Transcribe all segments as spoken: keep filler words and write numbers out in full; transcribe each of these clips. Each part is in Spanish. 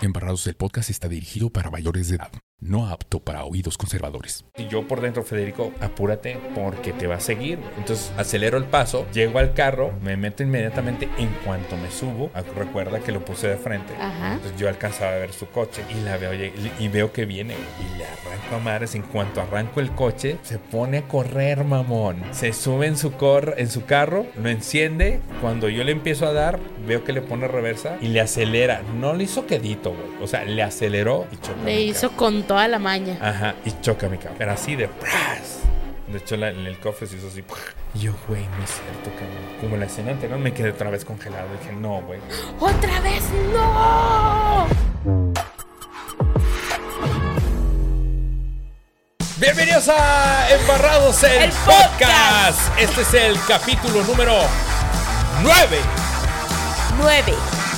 Embarrados, el podcast está dirigido para mayores de edad, no apto para oídos conservadores. Y yo por dentro, Federico, apúrate porque te va a seguir. Entonces acelero el paso, llego al carro, me meto inmediatamente en cuanto me subo. Recuerda que lo puse de frente. Ajá. Entonces yo alcanzaba a ver su coche y la veo y veo que viene y le arranco a madres. En cuanto arranco el coche, se pone a correr, mamón. Se sube en su, cor en su carro, lo enciende. Cuando yo le empiezo a dar, veo que le pone reversa y le acelera. No le hizo quedito, güey. O sea, le aceleró y chocó. Le hizo carro con toda la maña. Ajá, y choca mi carro. Pero así de ¡pras! De hecho, la, en el cofre se hizo así. Y yo, güey, no es cierto, cabrón. Como la escena anterior, me quedé otra vez congelado. Dije, no, güey. ¡Otra vez no! Bienvenidos a Embarrados, el, el podcast. podcast. Este es el capítulo número nueve. nueve.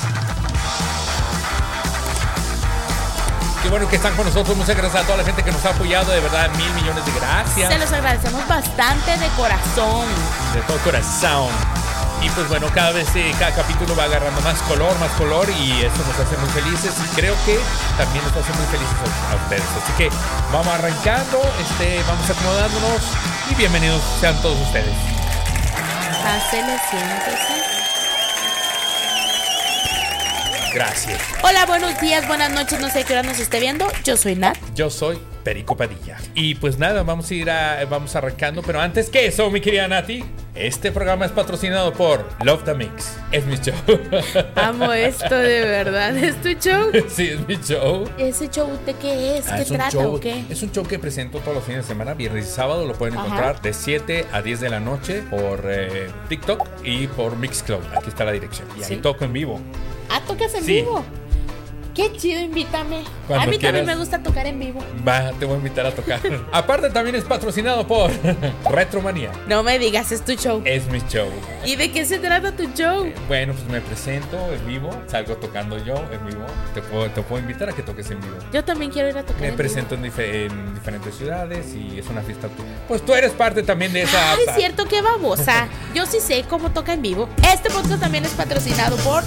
Qué bueno que están con nosotros. Muchas gracias a toda la gente que nos ha apoyado. De verdad, mil millones de gracias. Se los agradecemos bastante de corazón. De todo corazón. Y pues bueno, cada vez, eh, cada capítulo va agarrando más color, más color. Y eso nos hace muy felices. Y creo que también nos hace muy felices a, a ustedes. Así que vamos arrancando, este, vamos acomodándonos. Y bienvenidos sean todos ustedes. Pásele, siéntese. Gracias. Hola, buenos días, buenas noches, no sé qué hora nos esté viendo. Yo soy Nat. Yo soy Perico Padilla. Y pues nada, vamos a ir a, vamos arrancando. Pero antes que eso, mi querida Nati, este programa es patrocinado por Love the Mix. Es mi show. Amo esto, de verdad. ¿Es tu show? Sí, es mi show. ¿Ese show de qué es? Ah, ¿Qué es un trata show, o qué? Es un show que presento todos los fines de semana, viernes y sábado. Lo pueden Ajá. encontrar de siete a diez de la noche por eh, TikTok y por Mixcloud. Aquí está la dirección. Y ahí ¿Sí? toco en vivo. Ah, ¿tocas en Sí. vivo? Qué chido, invítame. Cuando a mí quieras. también me gusta tocar en vivo. Va, te voy a invitar a tocar. Aparte también es patrocinado por Retromanía. No me digas, es tu show. Es mi show. ¿Y de qué se trata tu show? Eh, bueno, pues me presento en vivo, salgo tocando yo en vivo. Te puedo, te puedo invitar a que toques en vivo. Yo también quiero ir a tocar Me en presento en, dife- en diferentes ciudades y es una fiesta. Pues tú eres parte también de esa. Ay, es cierto, qué babosa. Yo sí sé cómo toca en vivo. Este podcast también es patrocinado por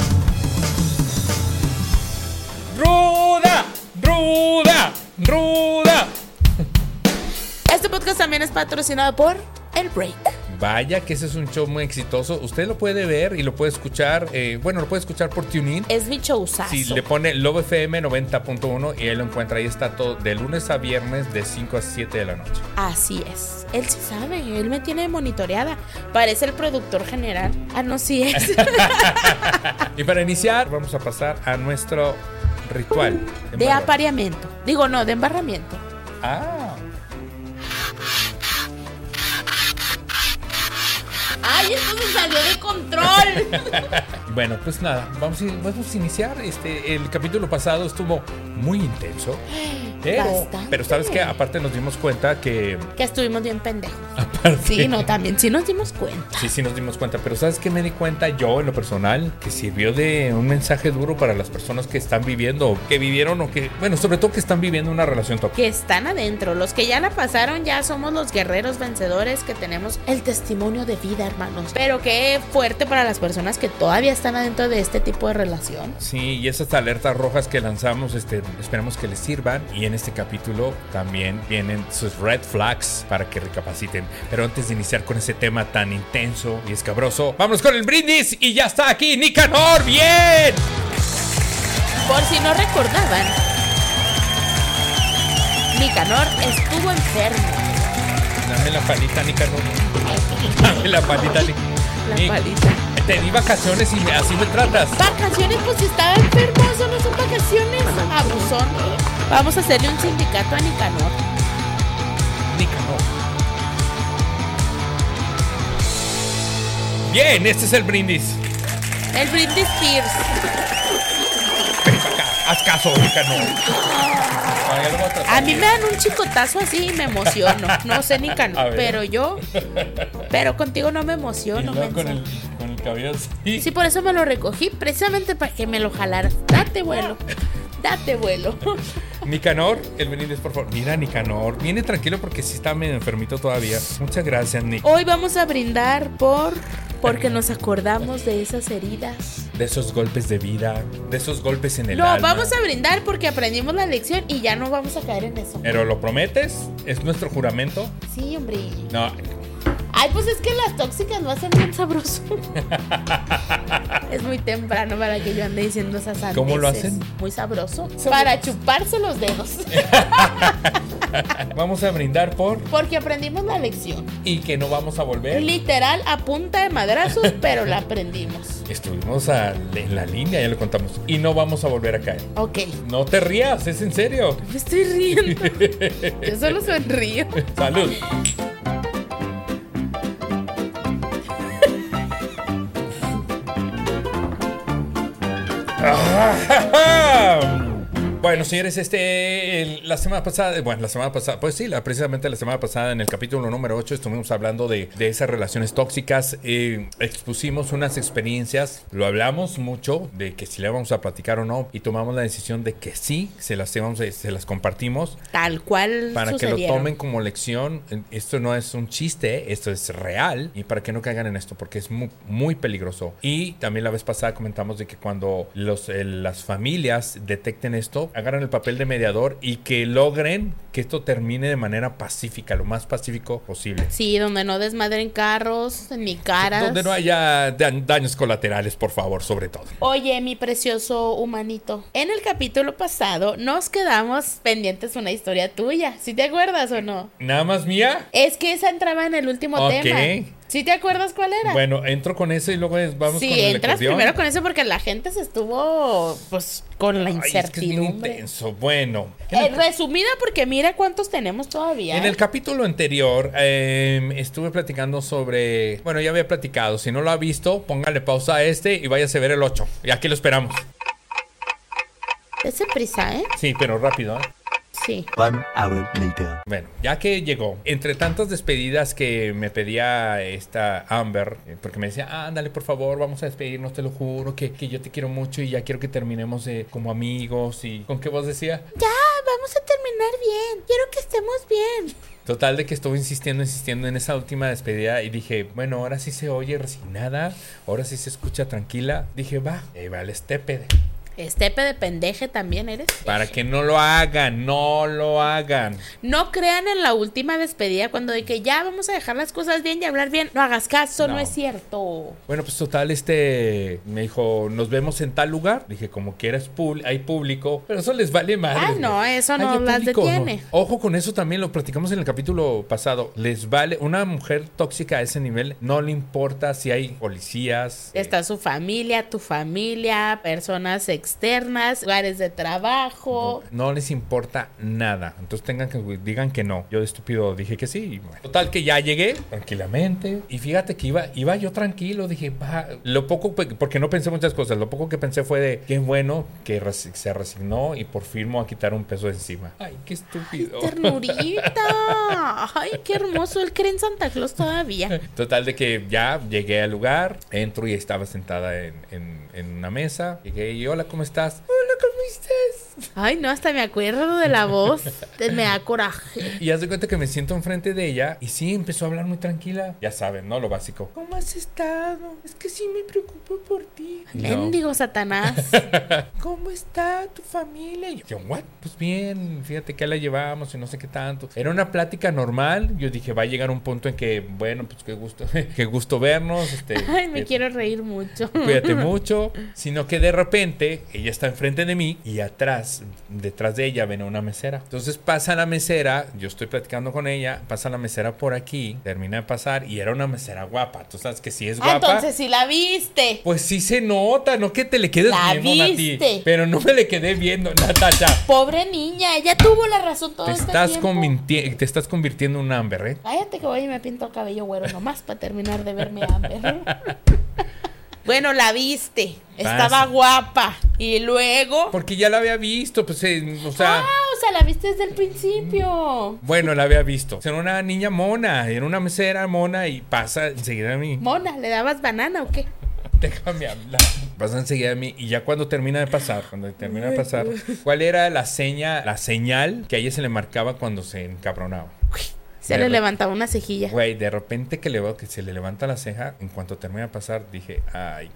¡Ruda! ¡Ruda! ¡Ruda! Este podcast también es patrocinado por El Break. Vaya que ese es un show muy exitoso. Usted lo puede ver y lo puede escuchar. Eh, bueno, lo puede escuchar por TuneIn. Es mi showzazo. Si le pone Love F M noventa punto uno y él lo encuentra, ahí está todo de lunes a viernes de cinco a siete de la noche. Así es. Él sí sabe, él me tiene monitoreada. Parece el productor general. Ah, no, sí es. Y para iniciar, vamos a pasar a nuestro ritual De apareamiento. Digo, no, de embarramiento. Ah. ¡Ay, esto se salió de control! Bueno, pues nada, vamos a, vamos a iniciar. Este, el capítulo pasado estuvo muy intenso. Pero, Bastante. pero sabes que aparte nos dimos cuenta que. Que estuvimos bien pendejos. Aparte, Sí, no, también sí nos dimos cuenta. Sí, sí nos dimos cuenta, pero ¿sabes qué me di cuenta yo en lo personal? Que sirvió de un mensaje duro para las personas que están viviendo, que vivieron o que, bueno, sobre todo que están viviendo una relación tóxica. Que están adentro. Los que ya la pasaron ya somos los guerreros vencedores que tenemos el testimonio de vida, hermanos. Pero qué fuerte para las personas que todavía están adentro de este tipo de relación. Sí, y esas alertas rojas que lanzamos, este, esperamos que les sirvan. Y en este capítulo también vienen sus red flags para que recapaciten. Pero antes de iniciar con ese tema tan intenso y escabroso, vámonos con el brindis. Y ya está aquí Nicanor, bien. Por si no recordaban, Nicanor estuvo enfermo. Dame la palita, Nicanor. Dame la palita, Nicanor. La Nick, palita. te di vacaciones y me- así me tratas. Vacaciones, pues si estaba enfermo, eso no son vacaciones. Abusón. Vamos a hacerle un sindicato a Nicanor. Nicanor. Bien, este es el brindis. El brindis Pierce. Ven para acá, haz caso, Nicanor. Ay, algo atrás. A mí me dan un chicotazo así y me emociono. No sé A Nicanor, ver. pero yo. Pero contigo no me Y emociono. luego con menso. el, con el cabello así. Sí, por eso me lo recogí, precisamente para que me lo jalaras. Date vuelo. Date vuelo. Nicanor, el brindis, por favor. Mira, Nicanor, viene tranquilo porque sí está medio enfermito todavía. Muchas gracias, Nick. Hoy vamos a brindar por porque nos acordamos de esas heridas de esos golpes de vida, de esos golpes en el No, alma. vamos a brindar porque aprendimos la lección y ya no vamos a caer en eso. ¿Pero lo prometes? ¿Es nuestro juramento? Sí, hombre. No. Ay, pues es que las tóxicas lo hacen bien sabroso. Es muy temprano para que yo ande diciendo esas sandeces. ¿Cómo lo hacen? Muy sabroso. Sabroso. Para chuparse los dedos. Vamos a brindar por... Porque aprendimos la lección. Y que no vamos a volver. Literal, a punta de madrazos, pero la aprendimos. Estuvimos a- en la línea, ya lo contamos. Y no vamos a volver a caer. Ok. No te rías, es en serio. Me estoy riendo. Yo solo sonrío. Salud. Bueno, señores, este, el- la semana pasada, bueno, la semana pasada, pues sí, la, precisamente la semana pasada en el capítulo número ocho estuvimos hablando de, de esas relaciones tóxicas, eh, expusimos unas experiencias, lo hablamos mucho de que si le vamos a platicar o no y tomamos la decisión de que sí, se las, íbamos a- se las compartimos Tal cual para que lo sucedieron. tomen como lección. Esto no es un chiste, esto es real y para que no caigan en esto porque es muy, muy peligroso. Y también la vez pasada comentamos de que cuando los, eh, las familias detecten esto, agarran el papel de mediador y que logren que esto termine de manera pacífica, lo más pacífico posible. Sí, donde no desmadren carros ni caras. Donde no haya da- daños colaterales, por favor, sobre todo. Oye, mi precioso humanito, en el capítulo pasado nos quedamos pendientes de una historia tuya. ¿Sí te acuerdas o no? ¿Nada más mía? Es que esa entraba en el último Ok. tema. ¿Sí te acuerdas cuál era? Bueno, entro con eso y luego es- vamos sí, con el entras acordeón. primero con eso porque la gente se estuvo pues con la Ay, es que es bien incertidumbre. intenso. Bueno. Eh, resumida porque mira cuántos tenemos todavía. En ¿eh? el capítulo anterior eh, estuve platicando sobre... Bueno, ya había platicado. Si no lo ha visto, póngale pausa a este y váyase a ver el ocho. Y aquí lo esperamos. Ese prisa, ¿eh? Sí, pero rápido, ¿eh? Sí. One hour later. Bueno, ya que llegó, entre tantas despedidas que me pedía esta Amber, eh, porque me decía, ah, ándale, por favor, vamos a despedirnos, te lo juro, que, que yo te quiero mucho y ya quiero que terminemos eh, como amigos. ¿Y con qué voz decía? Ya, vamos a terminar bien. Quiero que estemos bien. Total de que estuve insistiendo, insistiendo en esa última despedida y dije, bueno, ahora sí se oye resignada, ahora sí se escucha tranquila. Dije, va, ahí va el estépede. Estepe de pendeje también eres. Para que no lo hagan, no lo hagan. No crean en la última despedida cuando de que ya vamos a dejar las cosas bien y hablar bien. No hagas caso, no, No. es cierto. Bueno, pues total, este me dijo, nos vemos en tal lugar. Dije, como quieras, pub- hay público, pero eso les vale madre. Ah, no, eso no hay las público, detiene. no. Ojo con eso también, lo platicamos en el capítulo pasado. Les vale, una mujer tóxica a ese nivel, no le importa si hay policías. eh, Está su familia, tu familia, personas externas, lugares de trabajo. No, no les importa nada. Entonces tengan que digan que no. Yo de estúpido dije que sí. Y bueno. Total que ya llegué tranquilamente. Y fíjate que iba, iba yo tranquilo. Dije, va. Lo poco, porque no pensé muchas cosas. Lo poco que pensé fue de qué bueno que res- se resignó y por fin me voy a quitar un peso de encima. Ay, qué estúpido. Ternurita. Ay, qué hermoso. Él cree en Santa Claus todavía. Total de que ya llegué al lugar, entro y estaba sentada en, en- en una mesa. Llegué y hola, ¿cómo estás? Hola, ¿cómo estás? Ay, no, hasta me acuerdo de la voz. Me da coraje. Y haz de cuenta que me siento enfrente de ella y sí, empezó a hablar muy tranquila. Ya saben, ¿no? Lo básico. ¿Cómo has estado? Es que sí me preocupo por ti. Y yo, Mendigo Satanás. ¿cómo está tu familia? Y yo, ¿what? Pues bien, fíjate que la llevamos y no sé qué tanto. Era una plática normal. Yo dije, va a llegar un punto en que, bueno, pues qué gusto, qué gusto vernos. Este, Ay, me eh, quiero reír mucho. Cuídate mucho. Sino que de repente ella está enfrente de mí y atrás, detrás de ella, viene una mesera. Entonces pasa la mesera, yo estoy platicando con ella, pasa la mesera por aquí, termina de pasar y era una mesera guapa. Tú sabes que si es Ah, guapa. entonces sí la viste. Pues sí se nota, no que te le quedes La viendo, viste. Nati. Pero no me le quedé viendo, Natacha. Pobre niña, ella tuvo la razón todo Te este estás, tiempo. convirti- te estás convirtiendo en un Amber, ¿eh? Cállate que voy y me pinto el cabello güero nomás para terminar de verme Amber. Bueno, la viste. Estaba Pasa. guapa. Y luego. Porque ya la había visto, pues, eh, o sea. Ah, o sea, la viste desde el principio. Bueno, la había visto. Era una niña mona, era una mesera mona y pasa enseguida a mí. Mona, ¿le dabas banana o qué? Déjame hablar. Pasa enseguida a mí y ya cuando termina de pasar, cuando termina de pasar, ¿cuál era la seña, la señal que a ella se le marcaba cuando se encabronaba? Se De le re- levantaba una cejilla. Güey, de repente que le veo que se le levanta la ceja, en cuanto termina de pasar, dije, ay, cabrón.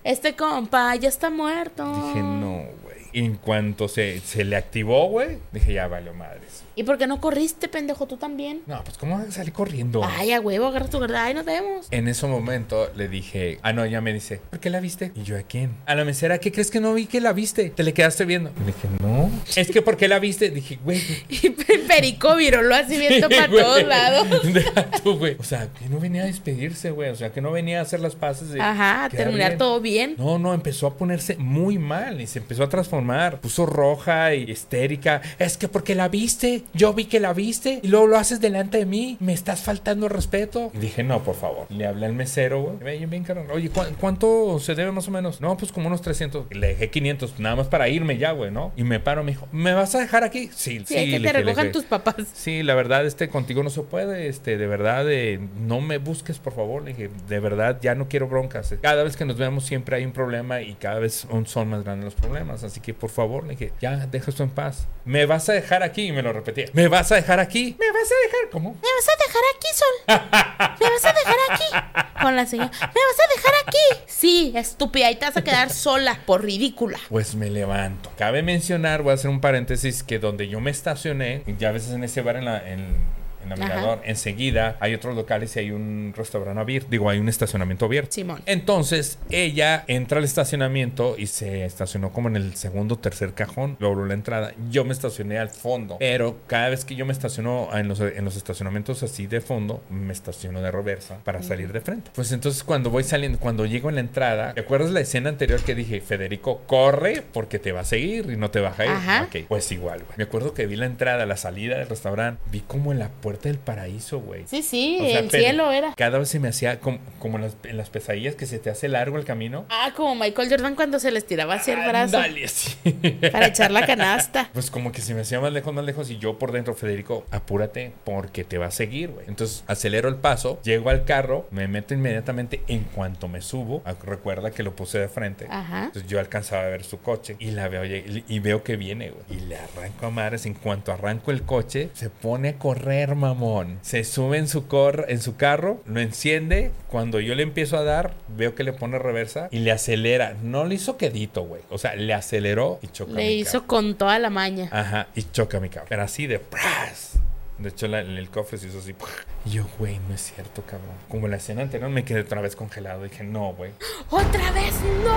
Este compa ya está muerto. Dije, no, güey. Y en cuanto se, se le activó, güey, dije, ya valió madres. ¿Y por qué no corriste, pendejo, tú también? No, pues ¿cómo salí corriendo? Ay, a huevo, agarra tu verdad y nos vemos. En ese momento le dije, ah, no, ella me dice, ¿por qué la viste? Y yo, ¿a quién? A la mesera, ¿qué crees que no vi que la viste? ¿Te le quedaste viendo? Y le dije, no. Es que, ¿por qué la viste? Dije, güey. Y Perico virolo así viendo para todos lados. Deja tú, güey. O sea, que no venía a despedirse, güey. O sea, que no venía a hacer las paces de... Ajá, a terminar bien. Todo bien. No, no, empezó a ponerse muy mal y se empezó a transformar. Puso roja y histérica. Es que, ¿por qué la viste? Yo vi que la viste y luego lo haces delante de mí. Me estás faltando el respeto. Y dije, no, por favor. Le hablé al mesero, güey. Bien, bien, carnal. Oye, ¿cu ¿cuánto se debe más o menos? No, pues como unos trescientos. Le dejé quinientos, nada más para irme ya, güey, ¿no? Y me paro, me dijo, ¿me vas a dejar aquí? Sí, sí. Sí, hay que te recojan tus papás. Sí, la verdad, este, contigo no se puede. Este, de verdad, eh, no me busques, por favor. Le dije, de verdad, ya no quiero broncas. Cada vez que nos vemos siempre hay un problema y cada vez son más grandes los problemas. Así que, por favor, le dije, ya, deja esto en paz. ¿Me vas a dejar aquí? Y me lo repetía. ¿Me vas a dejar aquí? ¿Me vas a dejar? ¿Cómo? ¿Me vas a dejar aquí, Sol? ¿Me vas a dejar aquí? Con la señora. ¿Me vas a dejar aquí? Sí, estúpida. Y te vas a quedar sola por ridícula. Pues me levanto. Cabe mencionar, voy a hacer un paréntesis, que donde yo me estacioné, ya a veces en ese bar en la... En, en el Mirador, enseguida hay otros locales y hay un restaurante abierto, digo, hay un estacionamiento abierto. Simón. Entonces, ella entra al estacionamiento y se estacionó como en el segundo o tercer cajón, logró la entrada. Yo me estacioné al fondo, pero cada vez que yo me estaciono en los, en los estacionamientos así de fondo, me estaciono de reversa para uh-huh. salir de frente. Pues entonces cuando voy saliendo, cuando llego en la entrada, ¿te acuerdas la escena anterior que dije, Federico, corre porque te va a seguir y no te va a ir? Ajá. Ok, pues igual, güey. Me acuerdo que vi la entrada, la salida del restaurante, vi como en la puerta del paraíso, güey. Sí, sí, o sea, el cielo era. Cada vez se me hacía como, como en, las, en las pesadillas que se te hace largo el camino. Ah, como Michael Jordan cuando se les tiraba hacia el brazo. Dale, sí. Para echar la canasta. Pues como que se me hacía más lejos, más lejos y yo por dentro, Federico, apúrate porque te va a seguir, güey. Entonces acelero el paso, llego al carro, me meto inmediatamente en cuanto me subo. Recuerda que lo puse de frente. Ajá. Entonces yo alcanzaba a ver su coche y la veo y, y veo que viene, güey. Y le arranco a madres. En cuanto arranco el coche, se pone a correr, mamón. Se sube en su, cor en su carro, lo enciende. Cuando yo le empiezo a dar, veo que le pone reversa y le acelera. No le hizo quedito, güey. O sea, le aceleró y choca. Le hizo carro. Con toda la maña. Ajá, y choca mi carro. Pero así de ¡pras! De hecho, la, el cofre se hizo así. Y yo, güey, no es cierto, cabrón. Como la escena anterior, me quedé otra vez congelado. Dije, no, güey. ¡Otra vez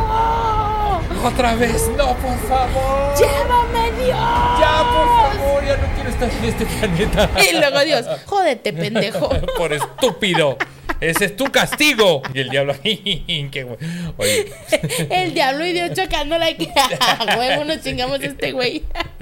no! ¡Otra vez no, por favor! ¡Llévame, Dios! ¡Ya, por favor! Ya no quiero estar en este planeta. Y luego Dios, jódete, pendejo. Por estúpido. Ese es tu castigo. Y el diablo, qué güey. Oye. El diablo y Dios chocándola. Y que, a huevo, nos chingamos a este güey.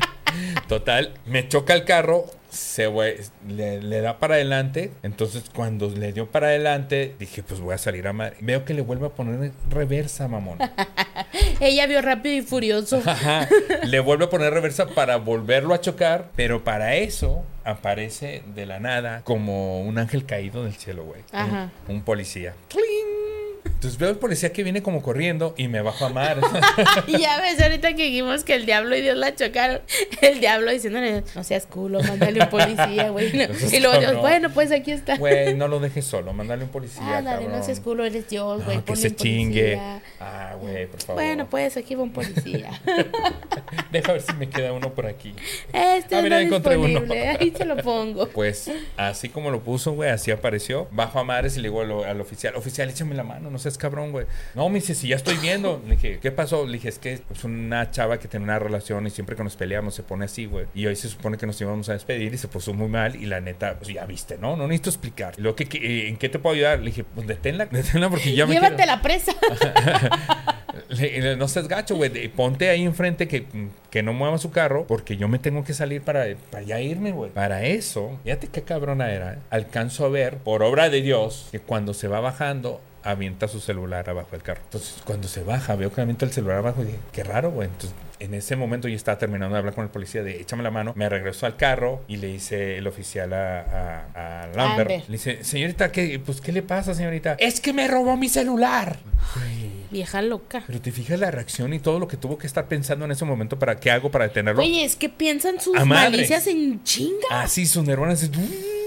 Total, me choca el carro. Se güey, le, le da para adelante. Entonces cuando le dio para adelante, dije, pues voy a salir a madre. Veo que le vuelve a poner reversa, mamón. Ella vio Rápido y Furioso. Ajá. Le vuelve a poner reversa para volverlo a chocar. Pero para eso aparece de la nada como un ángel caído del cielo, güey. Ajá. Un, un policía. ¡Cling! Entonces veo al policía que viene como corriendo y me bajo a mar. Y ya ves, ahorita que dijimos que el diablo y Dios la chocaron, el diablo diciéndole, no seas culo, mándale un policía, güey. No. Y luego Dios, bueno, pues aquí está. Güey, no lo dejes solo, mándale un policía, ah, dale, cabrón. No seas culo, eres Dios, güey. No, que se chingue. Ah, güey, por favor. Bueno, pues aquí va un policía. Deja ver si me queda uno por aquí. Este ah, mira, no encontré uno. Ahí se lo pongo. Pues así como lo puso, güey, así apareció. Bajo a mares y le digo al, al oficial, oficial, échame la mano, no seas cabrón, güey. No, me dice, si ya estoy viendo. Le dije, ¿qué pasó? Le dije, es que es una chava que tiene una relación y siempre que nos peleamos se pone así, güey. Y hoy se supone que nos íbamos a despedir y se puso muy mal. Y la neta, pues ya viste, ¿no? No necesito explicar. Y luego, ¿qué, qué, ¿en qué te puedo ayudar? Le dije, pues deténla, deténla porque ya me Llévate la presa. Le, no seas gacho, güey. Ponte ahí enfrente que, que no mueva su carro porque yo me tengo que salir para, para ya irme, güey. Para eso, fíjate qué cabrona era. ¿eh? Alcanzo a ver, por obra de Dios, que cuando se va bajando, avienta su celular abajo del carro. Entonces, cuando se baja, veo que avienta el celular abajo y dije, qué raro, güey. Entonces, en ese momento yo estaba terminando de hablar con el policía de échame la mano. Me regresó al carro y le dice el oficial a, a, a Lambert. Amber. Le dice, señorita, ¿qué, pues, ¿qué le pasa, señorita? Es que me robó mi celular. Güey. Vieja loca. Pero te fijas la reacción y todo lo que tuvo que estar pensando en ese momento para qué hago para detenerlo. Oye, es que piensan sus malicias en chinga. Así, sus neuronas.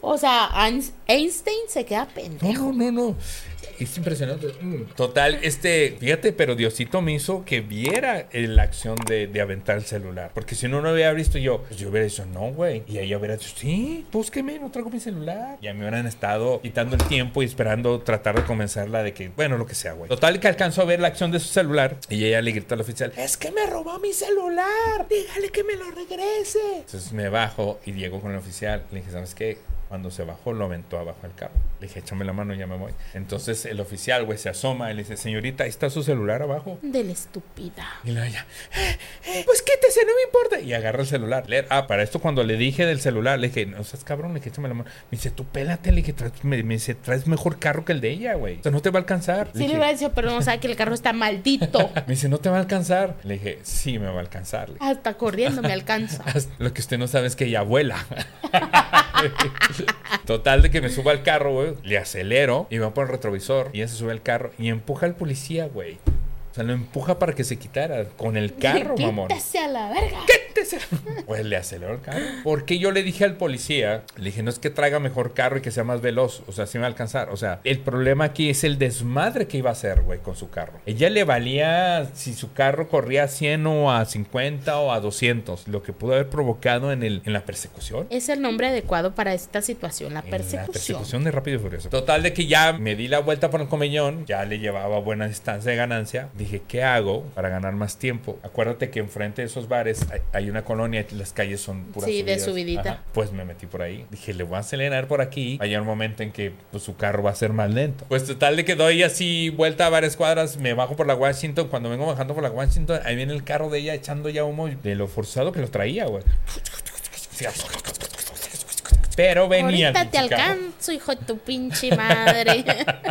O sea, Einstein se queda pendejo. No, no, no, no. Es impresionante. Total, este, fíjate, pero Diosito me hizo que viera la acción de, de aventar el celular. Porque si no, no hubiera visto yo, pues yo hubiera dicho, no, güey. Y ella hubiera dicho, sí, búsqueme, no traigo mi celular. Ya me hubieran estado quitando el tiempo y esperando tratar de convencerla de que, bueno, lo que sea, güey. Total, que alcanzó a ver la acción de su celular. Y ella le gritó al oficial, es que me robó mi celular. Dígale que me lo regrese. Entonces me bajo y llego con el oficial. Le dije, ¿sabes qué? Cuando se bajó, lo aventó abajo del carro. Le dije, échame la mano y ya me voy. Entonces el oficial, güey, se asoma y le dice, señorita, ahí está su celular abajo. De la estúpida. Y luego ella, eh, eh, pues quítese, no me importa. Y agarra el celular. Le, ah, para esto cuando le dije del celular, le dije, no seas cabrón, le dije, échame la mano. Me dice, tú pélate, le dije, traes, me, me dice, traes mejor carro que el de ella, güey. O sea, no te va a alcanzar. Sí, le, le iba a decir, pero no sabe que el carro está maldito. Me dice, no te va a alcanzar. Le dije, sí, me va a alcanzar. Le dije, hasta corriendo me alcanza. Lo que usted no sabe es que ella vuela. Total de que me subo al carro, güey. Le acelero y va por el retrovisor. Y ella se sube al carro y empuja al policía, güey. O sea, lo empuja para que se quitara con el carro, mamón. ¡Quítese a la verga! ¡Quítese! Pues le aceleró el carro. Porque yo le dije al policía, le dije, no es que traiga mejor carro y que sea más veloz. O sea, sí me va a alcanzar. O sea, el problema aquí es el desmadre que iba a hacer, güey, con su carro. Ella le valía si su carro corría a cien o a cincuenta o a doscientos. Lo que pudo haber provocado en, el, en la persecución. Es el nombre adecuado para esta situación, la persecución. La persecución de Rápido y Furioso. Total de que ya me di la vuelta por el Comellón. Ya le llevaba buena distancia de ganancia. Dije, ¿qué hago para ganar más tiempo? Acuérdate que enfrente de esos bares hay, hay una colonia y las calles son puras sí, subidas. de subidita. Ajá. Pues me metí por ahí. Dije, le voy a acelerar por aquí. Hay un momento en que pues, su carro va a ser más lento. Pues total de que doy así vuelta a varias cuadras. Me bajo por la Washington. Cuando vengo bajando por la Washington, ahí viene el carro de ella echando ya humo de lo forzado que lo traía, güey. Pero venía. Ahorita te alcanzo, hijo de tu pinche madre.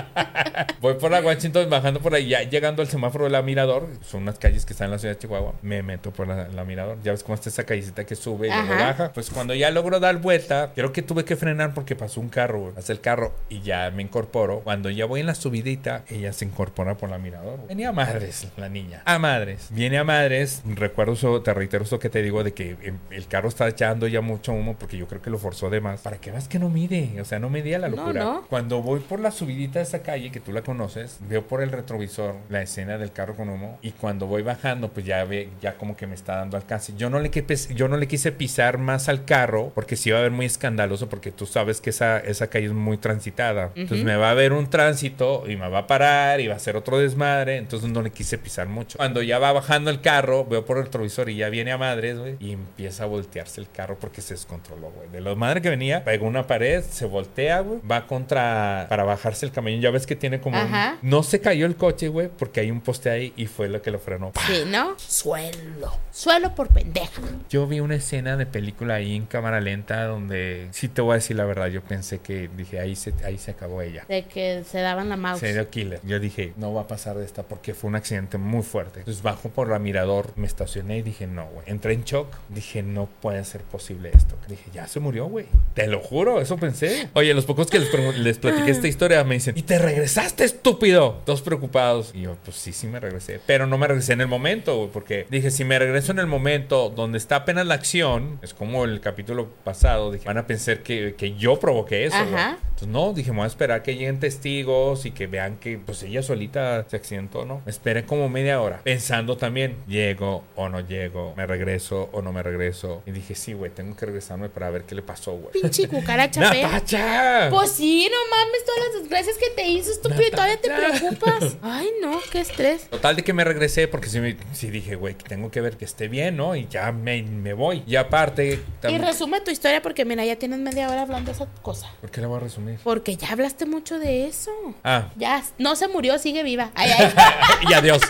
Voy por la Washington bajando por ahí, ya llegando al semáforo de la Mirador. Son unas calles que están en la ciudad de Chihuahua. Me meto por la, la Mirador. Ya ves cómo está esa callecita que sube y luego baja. Pues cuando ya logro dar vuelta, creo que tuve que frenar porque pasó un carro, güey. Pasé el carro y ya me incorporo. Cuando ya voy en la subidita, ella se incorpora por la Mirador, güey. Venía a madres la niña. A madres. Viene a madres. Recuerdo eso, te reitero eso que te digo de que el carro está echando ya mucho humo porque yo creo que lo forzó de más. Para que veas que no mide, o sea, no medía la locura. No, no. Cuando voy por la subidita de esa calle, que tú la conoces, veo por el retrovisor la escena del carro con humo. Y cuando voy bajando, pues ya ve, ya como que me está dando alcance. Yo no le, yo no le quise pisar más al carro, porque sí iba a ver muy escandaloso, porque tú sabes que esa, esa calle es muy transitada. Uh-huh. Entonces me va a ver un tránsito y me va a parar y va a hacer otro desmadre. Entonces no le quise pisar mucho. Cuando ya va bajando el carro, veo por el retrovisor y ya viene a madres, güey. Y empieza a voltearse el carro porque se descontroló, güey. De la madre que venía, pegó una pared, se voltea, güey. Va contra... Para bajarse el camión. Ya ves que tiene como... Un, no se cayó el coche, güey, porque hay un poste ahí y fue lo que lo frenó. ¡Pah! Sí, ¿no? Suelo. Suelo por pendeja. Yo vi una escena de película ahí en cámara lenta donde... Sí te voy a decir la verdad. Yo pensé que... Dije, ahí se, ahí se acabó ella. De que se daban la mouse. Serial killer. Yo dije, no va a pasar de esta porque fue un accidente muy fuerte. Entonces bajo por la Mirador, me estacioné y dije, no, güey. Entré en shock. Dije, no puede ser posible esto. Dije, ya se murió, güey. Te lo juro, eso pensé. Oye, los pocos que les, les platiqué esta historia me dicen, ¿y te regresaste, estúpido? Todos preocupados. Y yo, pues sí, sí me regresé. Pero no me regresé en el momento, güey, porque dije, si me regreso en el momento donde está apenas la acción, es como el capítulo pasado, dije, van a pensar que, que yo provoqué eso, güey. Entonces, no, dije, me voy a esperar que lleguen testigos y que vean que, pues, ella solita se accidentó, ¿no? Me esperé como media hora, pensando también, llego o no llego, me regreso o no me regreso. Y dije, sí, güey, tengo que regresarme para ver qué le pasó, güey. Pinche cucaracha fea. ¡Natacha! Pues sí, no mames, todas las desgracias que te hizo, estúpido, y todavía te preocupas. Ay, no, qué estrés. Total de que me regresé porque sí, me, sí dije, güey, tengo que ver que esté bien, ¿no? Y ya me, me voy. Y aparte... Y resume tu historia porque, mira, ya tienes media hora hablando de esa cosa. ¿Por qué la voy a resumir? Porque ya hablaste mucho de eso. Ah. Ya, no se murió, sigue viva. Ay, ay. Y adiós.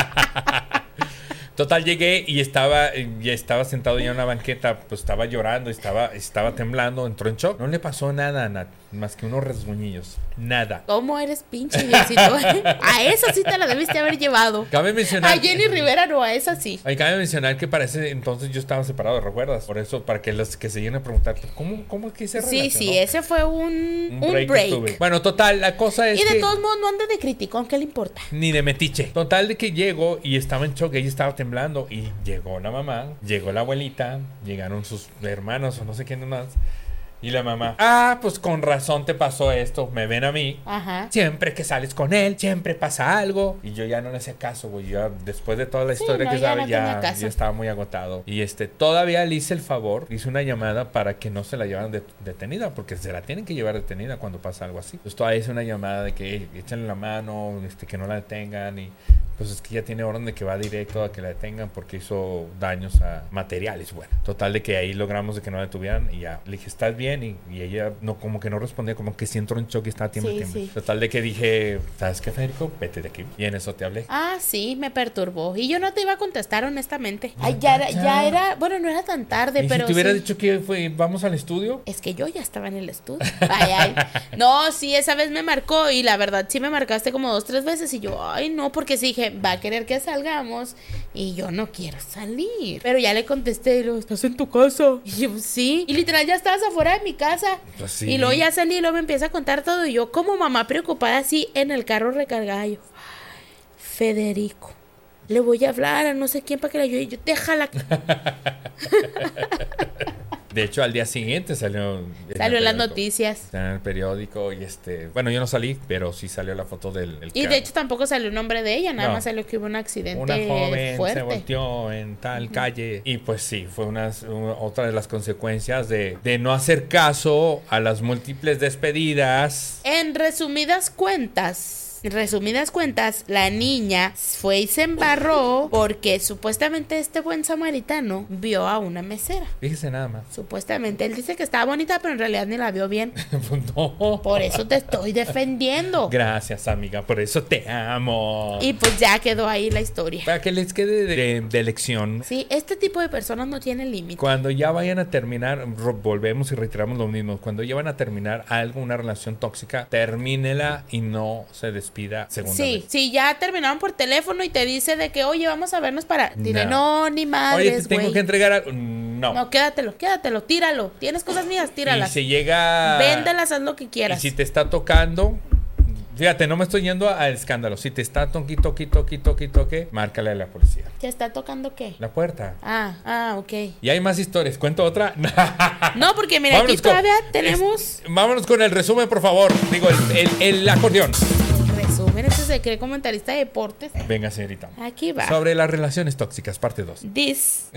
Total, llegué y estaba, ya estaba sentado ya en una banqueta, pues estaba llorando, estaba, estaba temblando, entró en shock. No le pasó nada a Nat, más que unos rasguñillos. Nada. ¿Cómo eres pinche Diosito? ¿Eh? A esa sí te la debiste haber llevado. Cabe mencionar... A Jenny Rivera no, a esa sí. Ay, cabe mencionar que para ese entonces yo estaba separado, ¿recuerdas? Por eso, para que los que se lleguen a preguntar, ¿cómo, cómo es que se relacionó? Sí, sí, ese fue un, un break. Un break. Bueno, total, la cosa es que... Y de que... todos modos no ande de criticón, ¿qué le importa? Ni de metiche. Total de que llego y estaba en shock, ella estaba temblando y llegó la mamá, llegó la abuelita, llegaron sus hermanos o no sé quién más. Y la mamá, ah, pues con razón te pasó esto. Me ven a mí. Ajá. Siempre que sales con él, siempre pasa algo. Y yo ya no le hacía caso, güey. Yo ya, después de toda la Sí, historia no, que ya sabe, no ya, tenía caso. ya estaba muy agotado. Y este, todavía le hice el favor, hice una llamada para que no se la llevaran de- detenida, porque se la tienen que llevar detenida cuando pasa algo así. Entonces todavía hice una llamada de que "Ey, échenle la mano, este, que no la detengan. Y pues es que ya tiene orden de que va directo a que la detengan porque hizo daños a materiales. Bueno, total de que ahí logramos de que no la detuvieran y ya le dije, ¿estás bien? Y, y ella no, como que no respondía, como que sí entró en shock y estaba tiemble, Sí, tiemble. sí. Total de que dije, ¿sabes qué, Federico? Vete de aquí. Y en eso te hablé. Ah, sí, me perturbó. Y yo no te iba a contestar, honestamente. Ay, ya era, ya era, bueno, no era tan tarde, Y pero. si te hubiera sí. dicho que fue, vamos al estudio. Es que yo ya estaba en el estudio. Ay, ay. No, sí, esa vez me marcó y la verdad sí me marcaste como dos, tres veces y yo, ay, no, porque sí dije, va a querer que salgamos y yo no quiero salir. Pero ya le contesté y luego, ¿estás en tu casa? Y yo, sí. Y literal ya estabas afuera de mi casa. Pues sí. Y luego ya salí y luego me empieza a contar todo y yo como mamá preocupada así en el carro recargada. Yo, ay, Federico, le voy a hablar a no sé quién para que le ayude. Y yo, déjala. De hecho, al día siguiente salió. en el Salió en las periódico. noticias. En el periódico y este. Bueno, yo no salí, pero sí salió la foto del. el Y de carro. hecho tampoco salió el nombre de ella, nada No. más salió que hubo un accidente Una joven fuerte. se volteó en tal calle. Y pues sí, fue una, una- otra de las consecuencias de, de no hacer caso a las múltiples despedidas. En resumidas cuentas, en resumidas cuentas, la niña fue y se embarró porque supuestamente este buen samaritano vio a una mesera. Fíjese nada más. Supuestamente él dice que estaba bonita, pero en realidad ni la vio bien. No. Por eso te estoy defendiendo. Gracias, amiga. Por eso te amo. Y pues ya quedó ahí la historia. Para que les quede de, de lección. Sí, este tipo de personas no tienen límite. Cuando ya vayan a terminar, ro- volvemos y reiteramos lo mismo. Cuando ya van a terminar algo, una relación tóxica, termínela y no se despida segunda Sí, vez. si ya terminaron por teléfono y te dice de que, oye, vamos a vernos para... Dile, no, No. ni Oye, te madres, tengo güey. que entregar algo. No. No, quédatelo, quédatelo, tíralo. Tienes cosas mías, Y tíralas. si llega. Véndelas, haz lo que Y quieras. si te está tocando. Fíjate, no me estoy yendo al escándalo. Si te está toqui, toqui, toqui, toqui, toque, márcale a la policía. ¿Te está tocando qué? La puerta. Ah, ah, ok. Y hay más historias. ¿Cuento otra? No, porque mira, aquí Vámonos con- todavía tenemos... es- vámonos con el resumen, por favor. Digo, el, el, el acordeón. Resumen, este se cree comentarista de deportes. Venga, señorita. Aquí va. Sobre las relaciones tóxicas, parte dos. This.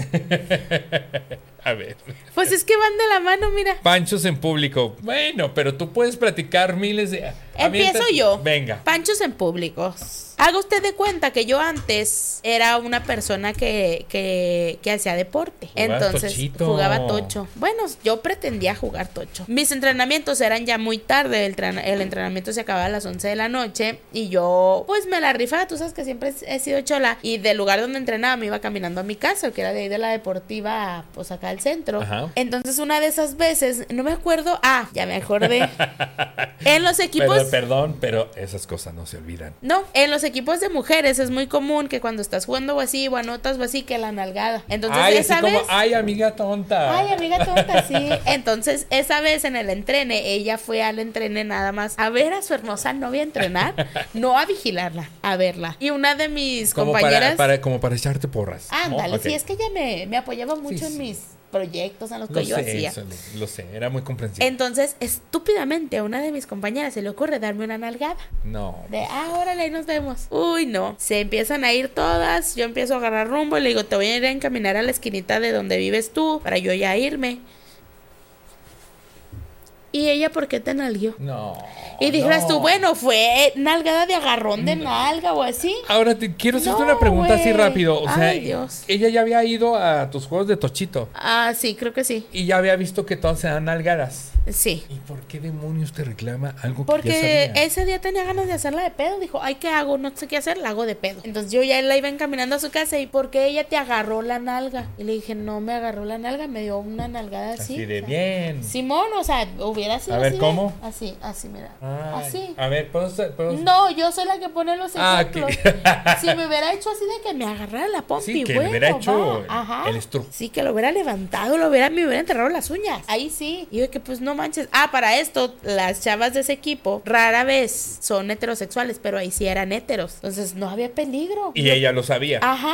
A ver. Pues es que van de la mano, mira. Panchos en público. Bueno, pero tú puedes platicar miles de. Empiezo Avienta- yo. Venga. Panchos en públicos. Haga usted de cuenta que yo antes era una persona que, que, que hacía deporte. Jugabas Entonces tochito. jugaba tocho. Bueno, yo pretendía jugar tocho. Mis entrenamientos eran ya muy tarde. El, tren- el entrenamiento se acababa a las once de la noche. Y yo, pues me la rifaba. Tú sabes que siempre he sido chola. Y del lugar donde entrenaba me iba caminando a mi casa, que era de ahí de la deportiva, pues acá al centro. Ajá. Entonces, una de esas veces, no me acuerdo. Ah, ya me acordé. En los equipos. Pero, perdón, pero esas cosas no se olvidan. No, en los equipos de mujeres es muy común que cuando estás jugando o así, o anotas o así, que la nalgada. Entonces, Ay, esa así como, vez. ay, amiga tonta. Ay, amiga tonta, sí. Entonces, esa vez en el entrene, ella fue al entrene nada más a ver a su hermosa novia entrenar, no a vigilarla, a verla. Y una de mis como compañeras. para, para- como para echarte porras. ¿no? Ándale, Ok. sí, es que ella me, me apoyaba mucho Sí, en sí. mis proyectos, en los que Lo yo sé, hacía. eso, lo, lo sé, era muy comprensible. Entonces, estúpidamente, a una de mis compañeras se le ocurre darme una nalgada. No. De, ah, órale, ahí nos vemos. Uy, no. Se empiezan a ir todas. Yo empiezo a agarrar rumbo y le digo, te voy a ir a encaminar a la esquinita de donde vives tú para yo ya irme. ¿Y ella por qué te nalguió? No. Y dijeras no. tú, bueno, fue nalgada de agarrón de nalga o así. Ahora te quiero hacerte No, una pregunta así güey. rápido. O sea, Ay, Dios. ella ya había ido a tus juegos de Tochito Ah, sí, creo que sí. y ya había visto que todas se dan nalgadas. Sí. ¿Y por qué demonios te reclama algo que Porque ya sabía? ese día tenía ganas de hacerla de pedo. Dijo, ay, ¿qué hago? No sé qué hacer, la hago de pedo. Entonces yo ya la iba encaminando a su casa. ¿Y por qué ella te agarró la nalga? Y le dije, no me agarró la nalga, me dio una nalgada así. Así de o sea, bien. Simón, o sea, hubiera sido A ver, así de- ¿cómo? así, así, mira. Ay, así. A ver, ¿puedo, ser- puedo- No, yo soy la que pone los Ah, ejemplos. ok. Si me hubiera hecho así de que me agarrara la pompi, Sí, que le bueno, hubiera hecho va. Ajá. el estru. Sí, que lo hubiera levantado, lo hubiera, me hubiera enterrado las uñas. Ahí sí. Y yo que pues no manches. Ah, para esto, las chavas de ese equipo rara vez son heterosexuales, pero ahí sí eran heteros. Entonces no había peligro. Y ella lo sabía. Ajá.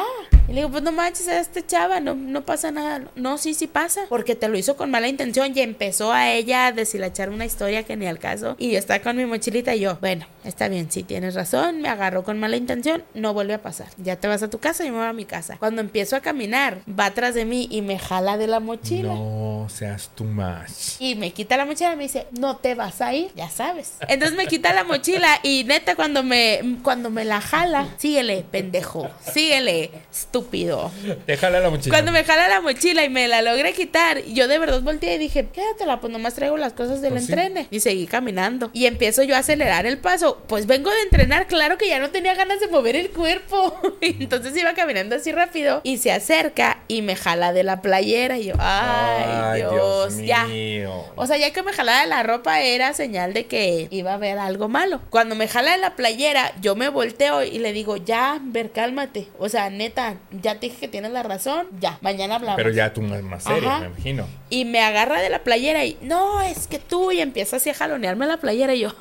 Y le digo, pues no manches, a este chava, no, no pasa nada. No, sí, sí pasa. Porque te lo hizo con mala intención y empezó a ella a deshilachar una historia que ni al caso. Y yo estaba con mi mochilita y yo, bueno, está bien, sí tienes razón, me agarró con mala intención, no vuelve a pasar. Ya te vas a tu casa y yo me voy a mi casa. Cuando empiezo a caminar, va atrás de mí y me jala de la mochila. No seas too much. Y me quita la mochila y me dice, no te vas a ir, ya sabes. Entonces me quita la mochila y neta cuando me, cuando me la jala, síguele, pendejo, síguele, estúpido. Te jala la mochila. Cuando me jala la mochila y me la logré quitar, yo de verdad volteé y dije, quédatela, pues nomás traigo las cosas del Pues sí. entrene. Y seguí caminando. Y empiezo yo a acelerar el paso. Pues vengo de entrenar, claro que ya no tenía ganas de mover el cuerpo. Entonces iba caminando así rápido y se acerca y me jala de la playera. Y yo, ay, Ay, Dios, Dios ya. mío. O sea, ya que me jalaba de la ropa era señal de que iba a haber algo malo. Cuando me jala de la playera, yo me volteo y le digo, ya, ver, cálmate. O sea, neta, ya te dije que tienes la razón. Ya, mañana hablamos. Pero ya tú más, más seria, Ajá. me imagino. Y me agarra de la playera y, no, es que tú, y empieza así a jalonearme la playera y yo,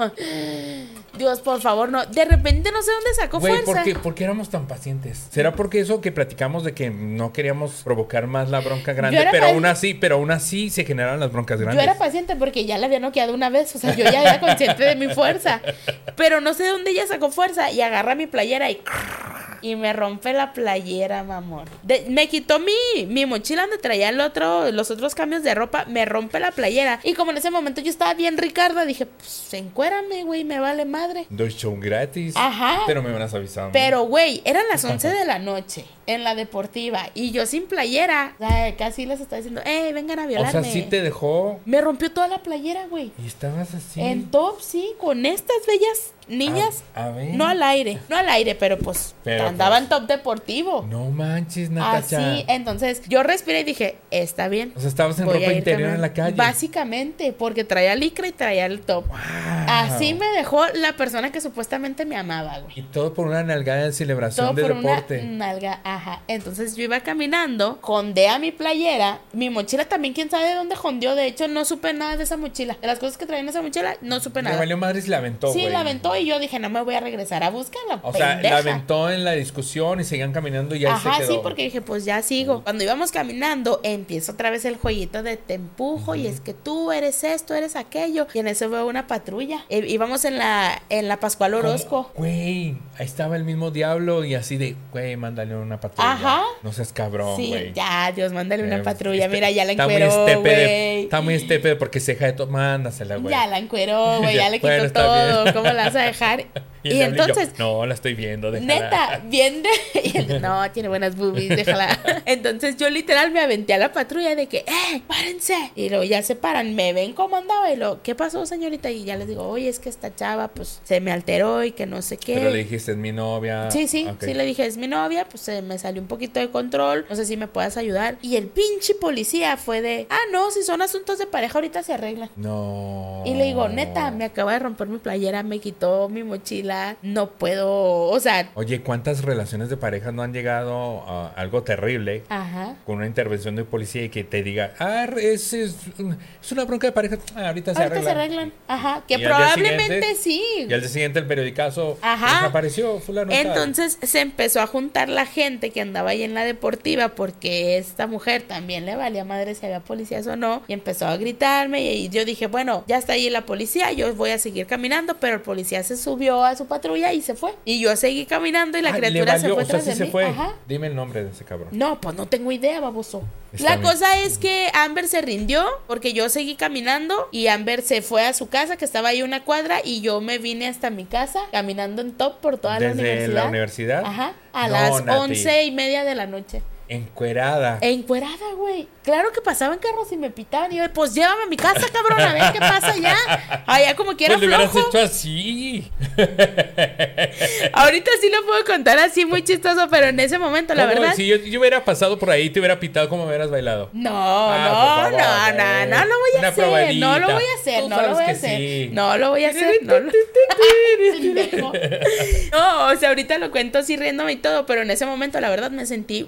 Dios, por favor, no. De repente no sé dónde sacó Güey, fuerza. ¿por qué, ¿por qué éramos tan pacientes? ¿Será porque eso que platicamos de que no queríamos provocar más la bronca grande? Yo era Pero paci- aún así, pero aún así se generaron las broncas grandes. Yo era paciente porque ya la había noqueado una vez, o sea, yo ya era consciente de mi fuerza. Pero no sé de dónde ella sacó fuerza y agarra mi playera y... Y me rompe la playera, mamón. De- me quitó mi, mi mochila donde traía el otro, los otros cambios de ropa. Me rompe la playera. Y como en ese momento yo estaba bien Ricarda, dije, pues encuérame, güey, me vale madre. Dos show gratis. Ajá. Pero me hubieras avisado. Pero, güey, eran las once de la noche en la deportiva. Y yo sin playera. O sea, casi les estaba diciendo, eh, vengan a O violarme. sea, sí te dejó. Me rompió toda la playera, güey. Y estabas así. En top, sí, con estas bellas niñas. A, a ver. No al aire, no al aire, pero pues Pero, andaba pues, en top deportivo. No manches, Natacha. Así, entonces yo respiré y dije, está bien. O sea, estabas en voy a ropa ir interior en caminando. la calle. Básicamente, porque traía licra y traía el top. Wow. Así me dejó la persona que supuestamente me amaba, güey. Y todo por una nalgada de celebración Todo de por deporte. una nalga, ajá. Entonces yo iba caminando, jondé a mi playera, mi mochila también, quién sabe de dónde jondeó. De hecho, no supe nada de esa mochila. De las cosas que traía en esa mochila, no supe Me nada. valió madre si la aventó, Sí, güey. la aventó y yo dije, no me voy a regresar a buscarla. O sea, pendeja. la aventó en la discusión y seguían caminando y ya Ajá, se quedó. sí, porque dije, pues ya sigo. Cuando íbamos caminando, empieza otra vez el jueguito de te empujo y es que tú eres esto, eres aquello. Y en eso veo una patrulla. Eh, íbamos en la, en la Pascual Orozco. ¿Cómo? Güey, ahí estaba el mismo diablo y así de, güey, mándale una patrulla. Ajá. No seas cabrón, Sí, güey. ya, Dios, mándale una Eh, patrulla. este- Mira, ya la está muy encueró, estepe de- güey. Está muy estepe porque se deja de todo. Mándasela, güey. Ya la encueró, güey, ya le quitó Bueno, está todo. bien. ¿Cómo la vas a dejar? Y, el Y diablillo, entonces, no, la estoy viendo, déjala. neta, bien de... y él, no, tiene buenas boobies, déjala. Entonces yo literal me aventé a la patrulla de que, ¡eh, párense! Y luego ya se paran, me ven cómo andaba y luego, ¿qué pasó, señorita? Y ya les digo, oye, es que esta chava, pues, se me alteró y que no sé qué. Pero le dijiste, es mi novia. Sí, sí, Ok. sí le dije, es mi novia, pues se me salió un poquito de control, no sé si me puedas ayudar. Y el pinche policía fue de, ah, no, si son asuntos de pareja ahorita se arreglan. No. Y le digo, neta, me acaba de romper mi playera, me quitó mi mochila, no puedo, o sea, Oye, ¿cuántas relaciones de pareja no han llegado a algo terrible? ajá. Con una intervención de policía y que te diga, ah, es, es, es una bronca de pareja, ah, ahorita se Ahorita se arregla. arreglan, ajá, que Y al día probablemente siguiente- sí. Y al día siguiente el periodicazo Ajá. desapareció, fulano. tal. Entonces se empezó a juntar la gente que andaba ahí en la deportiva porque esta mujer también le valía madre si había policías o no y empezó a gritarme y yo dije, bueno, ya está ahí la policía, yo voy a seguir caminando, pero el policía se subió a su patrulla y se fue. Y yo seguí caminando y la Ah, le criatura valió, se fue o sea, tras sí de se mí. fue. Ajá. Dime el nombre de ese cabrón. No, pues no tengo idea, baboso. Está La bien. cosa es que Amber se rindió porque yo seguí caminando y Amber se fue a su casa que estaba ahí una cuadra y yo me vine hasta mi casa caminando en top por toda la Desde universidad. la universidad. Ajá, a No, las Nati. once y media de la noche. Encuerada. Encuerada, güey. Claro que pasaban carros y me pitaban. Y yo, pues llévame a mi casa, cabrón, a ver qué pasa allá. Allá como quiera Pues le hubieras flojo. hecho así. Ahorita sí lo puedo contar así muy chistoso, pero en ese momento, la ¿Cómo? verdad. Si yo, yo hubiera pasado por ahí, te hubiera pitado como hubieras bailado. No, Ah, no, por favor, no, eh. no, no lo voy a Una hacer. No lo probadita. voy a hacer, Tú no lo sabes voy a que hacer. sí. No lo voy a hacer, no lo... Pendejo. No, o sea, ahorita lo cuento así riéndome y todo, pero en ese momento la verdad me sentí muy vulnerable.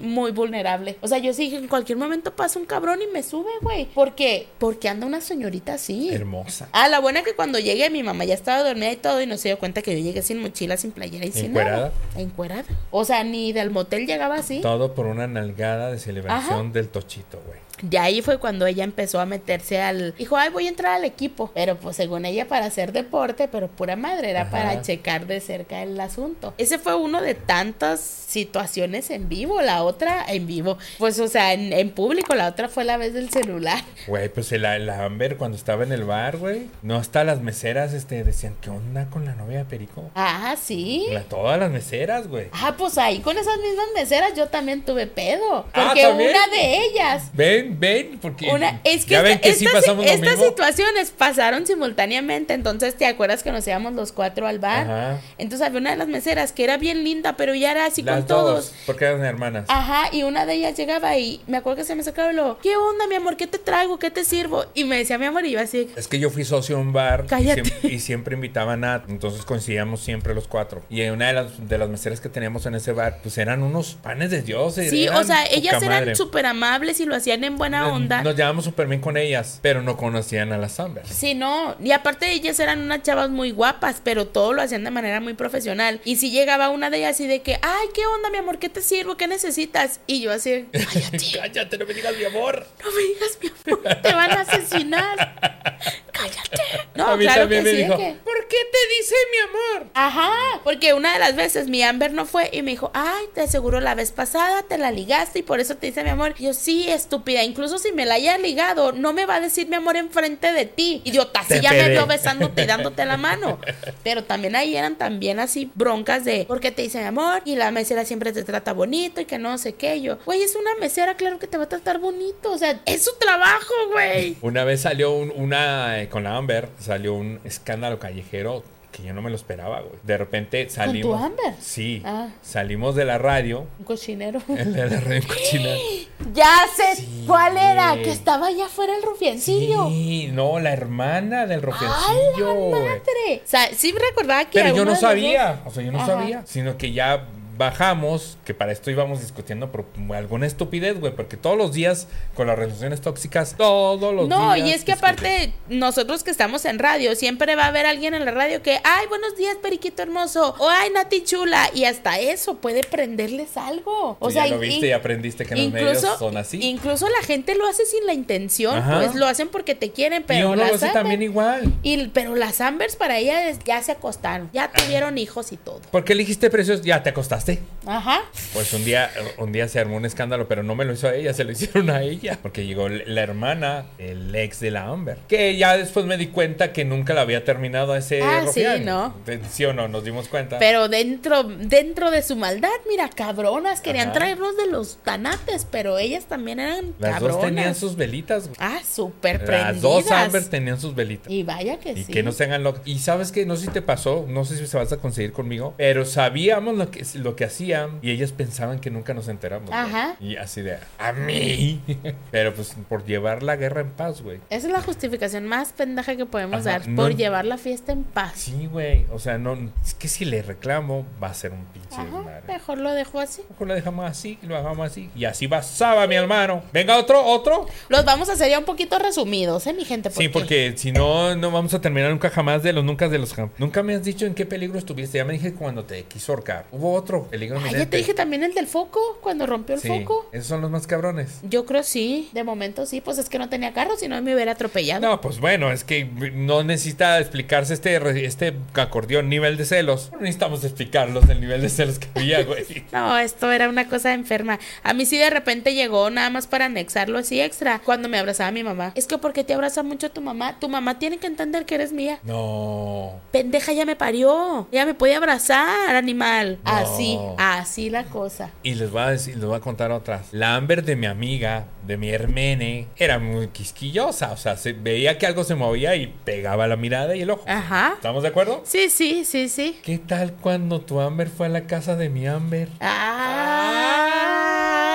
vulnerable. O sea, yo sí, en cualquier momento pasa un cabrón y me sube, güey. ¿Por qué? Porque anda una señorita así. Hermosa. Ah, la buena que cuando llegué, mi mamá ya estaba dormida y todo, y no se dio cuenta que yo llegué sin mochila, sin playera y sin ¿Encuerada? nada. Encuerada. O sea, ni del motel llegaba así. Todo por una nalgada de celebración Ajá. del tochito, güey. De ahí fue cuando ella empezó a meterse al... Dijo, ay, voy a entrar al equipo. Pero pues según ella para hacer deporte, pero pura madre, era Ajá. para checar de cerca el asunto. Ese fue uno de tantas situaciones en vivo. La otra en vivo. Pues o sea, en, en público. La otra fue la vez del celular. Güey, pues la, la Amber cuando estaba en el bar, güey. No, hasta las meseras este, decían, ¿qué onda con la novia de Perico? Ah, sí. La, todas las meseras, güey. Ah, pues ahí con esas mismas meseras yo también tuve pedo. Ah, Porque ¿también? una de ellas... Ven, ven, porque Una, es que ya esta- ven que sí estas, pasamos lo estas mismo. situaciones pasaron simultáneamente. Entonces, ¿te acuerdas que nos íbamos los cuatro al bar? Ajá. Entonces había una de las meseras que era bien linda, pero ya era así Las con todos. dos, porque eran hermanas. Ajá, y una de ellas llegaba y me acuerdo que se me sacaba y lo, ¿qué onda, mi amor? ¿Qué te traigo? ¿Qué te sirvo? Y me decía mi amor y yo así, Es que yo fui socio de un bar y Cállate. siempre, y siempre invitaba a Nat, entonces coincidíamos siempre los cuatro. Y una de las, de las meseras que teníamos en ese bar, pues eran unos panes de Dios. sí, eran o sea, poca ellas eran madre. súper amables y lo hacían en buena Nos- onda. Nos llevábamos súper bien con ellas, pero no conocían a las Amber. Sí, no, y aparte ellas eran unas chavas muy guapas, pero todo lo hacían de manera muy profesional. Y si llegaba una de ellas así de que, ay, ¿qué onda, mi amor? ¿Qué te sirvo? ¿Qué necesitas? Y yo así, cállate, Cállate, no me digas mi amor. no me digas, mi amor, te van a asesinar. Cállate. No, a mí claro también que me sí, dijo, que... ¿por qué te dice mi amor? Ajá, porque una de las veces mi Amber no fue y me dijo, ay, te aseguro la vez pasada te la ligaste y por eso te dice mi amor. Y yo, sí, estúpida, incluso si me la haya ligado, no me va a decir mi amor enfrente de ti. Idiota, si Te ya me esperé. vio besándote y dándote la mano. Pero también ahí eran también así broncas de, ¿por qué te dice mi amor? Y la mesera siempre te trata bonito y que no sé qué. Y yo, güey, es una mesera, claro que te va a tratar bonito. O sea, es su trabajo, güey. Una vez salió un- una, eh, con la Amber, salió un escándalo callejero que yo no me lo esperaba, güey. De repente salimos. tu Amber? Sí. Ah. Salimos de la radio. Un cochinero. El de la radio cochina. Ya sé Sí, cuál era, güey. que estaba allá afuera el rufiancillo. Sí, no, la hermana del ¡A rufiancillo, la güey. madre! O sea, sí recordaba que Pero yo uno no de los sabía, o sea, yo no Ajá. sabía, sino que ya bajamos, que para esto íbamos discutiendo por alguna estupidez, güey, porque todos los días con las relaciones tóxicas, todos los No, días. y es que discuten. aparte, nosotros que estamos en radio, siempre va a haber alguien en la radio que, ay, buenos días, periquito hermoso, o ay, Nati chula, y hasta eso puede prenderles algo. O Tú sea, ya lo viste y aprendiste que en los medios son así. Incluso la gente lo hace sin la intención, Ajá. pues lo hacen porque te quieren, Y pero uno lo las hace Amber- también igual. y, pero las Ambers para ellas ya se acostaron, ya tuvieron hijos y todo. ¿Por qué elegiste precios? Ya te acostaste. Ajá. Pues un día, un día se armó un escándalo, pero no me lo hizo a ella, se lo hicieron a ella. Porque llegó la hermana, el ex de la Amber. Que ya después me di cuenta que nunca la había terminado a ese Ah, sí, rufián. ¿no? ¿Sí o no? Nos dimos cuenta. Pero dentro, dentro de su maldad, mira, cabronas, querían Ajá. traernos de los tanates, pero ellas también eran Las cabronas. dos tenían sus velitas, güey. Ah, súper prendidas. Las dos Amber tenían sus velitas. Y vaya que Y sí. que no se hagan locos. Y sabes que no sé si te pasó, no sé si se vas a conseguir conmigo, pero sabíamos lo que, lo que hacían y ellas pensaban que nunca nos enteramos. güey. Ajá. Y así de, a mí. Pero pues por llevar la guerra en paz, güey. Esa es la justificación más pendeja que podemos Ajá, dar, no- por llevar la fiesta en paz. Sí, güey. O sea, no, es que si le reclamo, va a ser un pinche Ajá, desmadre. mejor lo dejo así. Mejor lo dejamos así y lo hagamos así. Y así pasaba, mi hermano. Venga, otro, otro. Los vamos a hacer ya un poquito resumidos, ¿eh, mi gente? Sí, porque si no, no vamos a terminar nunca jamás de los nunca de los jam. Nunca me has dicho en qué peligro estuviste. Ya me dije cuando te quiso ahorcar. Hubo otro peligro Ah, ya inminente. te dije también el del foco, cuando rompió el Sí, foco. esos son los más cabrones. Yo creo sí, de momento sí, pues es que no tenía carro, si no me hubiera atropellado. No, pues bueno, es que no necesita explicarse este, re- este acordeón nivel de celos. No necesitamos explicarlos del nivel de celos que había, güey. No, esto era una cosa enferma. A mí sí de repente llegó nada más para anexarlo así extra. Cuando me abrazaba mi mamá. Es que porque te abraza mucho tu mamá. Tu mamá tiene que entender que eres mía. No. Pendeja, ya me parió. Ya me puede abrazar, animal. No. Así, así la cosa. Y les voy a decir, les voy a contar otras. La Amber de mi amiga, de mi hermene, era muy quisquillosa. O sea, se veía que algo se movía y pegaba la mirada y el ojo. Ajá. ¿Estamos de acuerdo? Sí, sí, sí, sí. ¿Qué tal cuando tu Amber fue a la casa de mi Amber? Ah,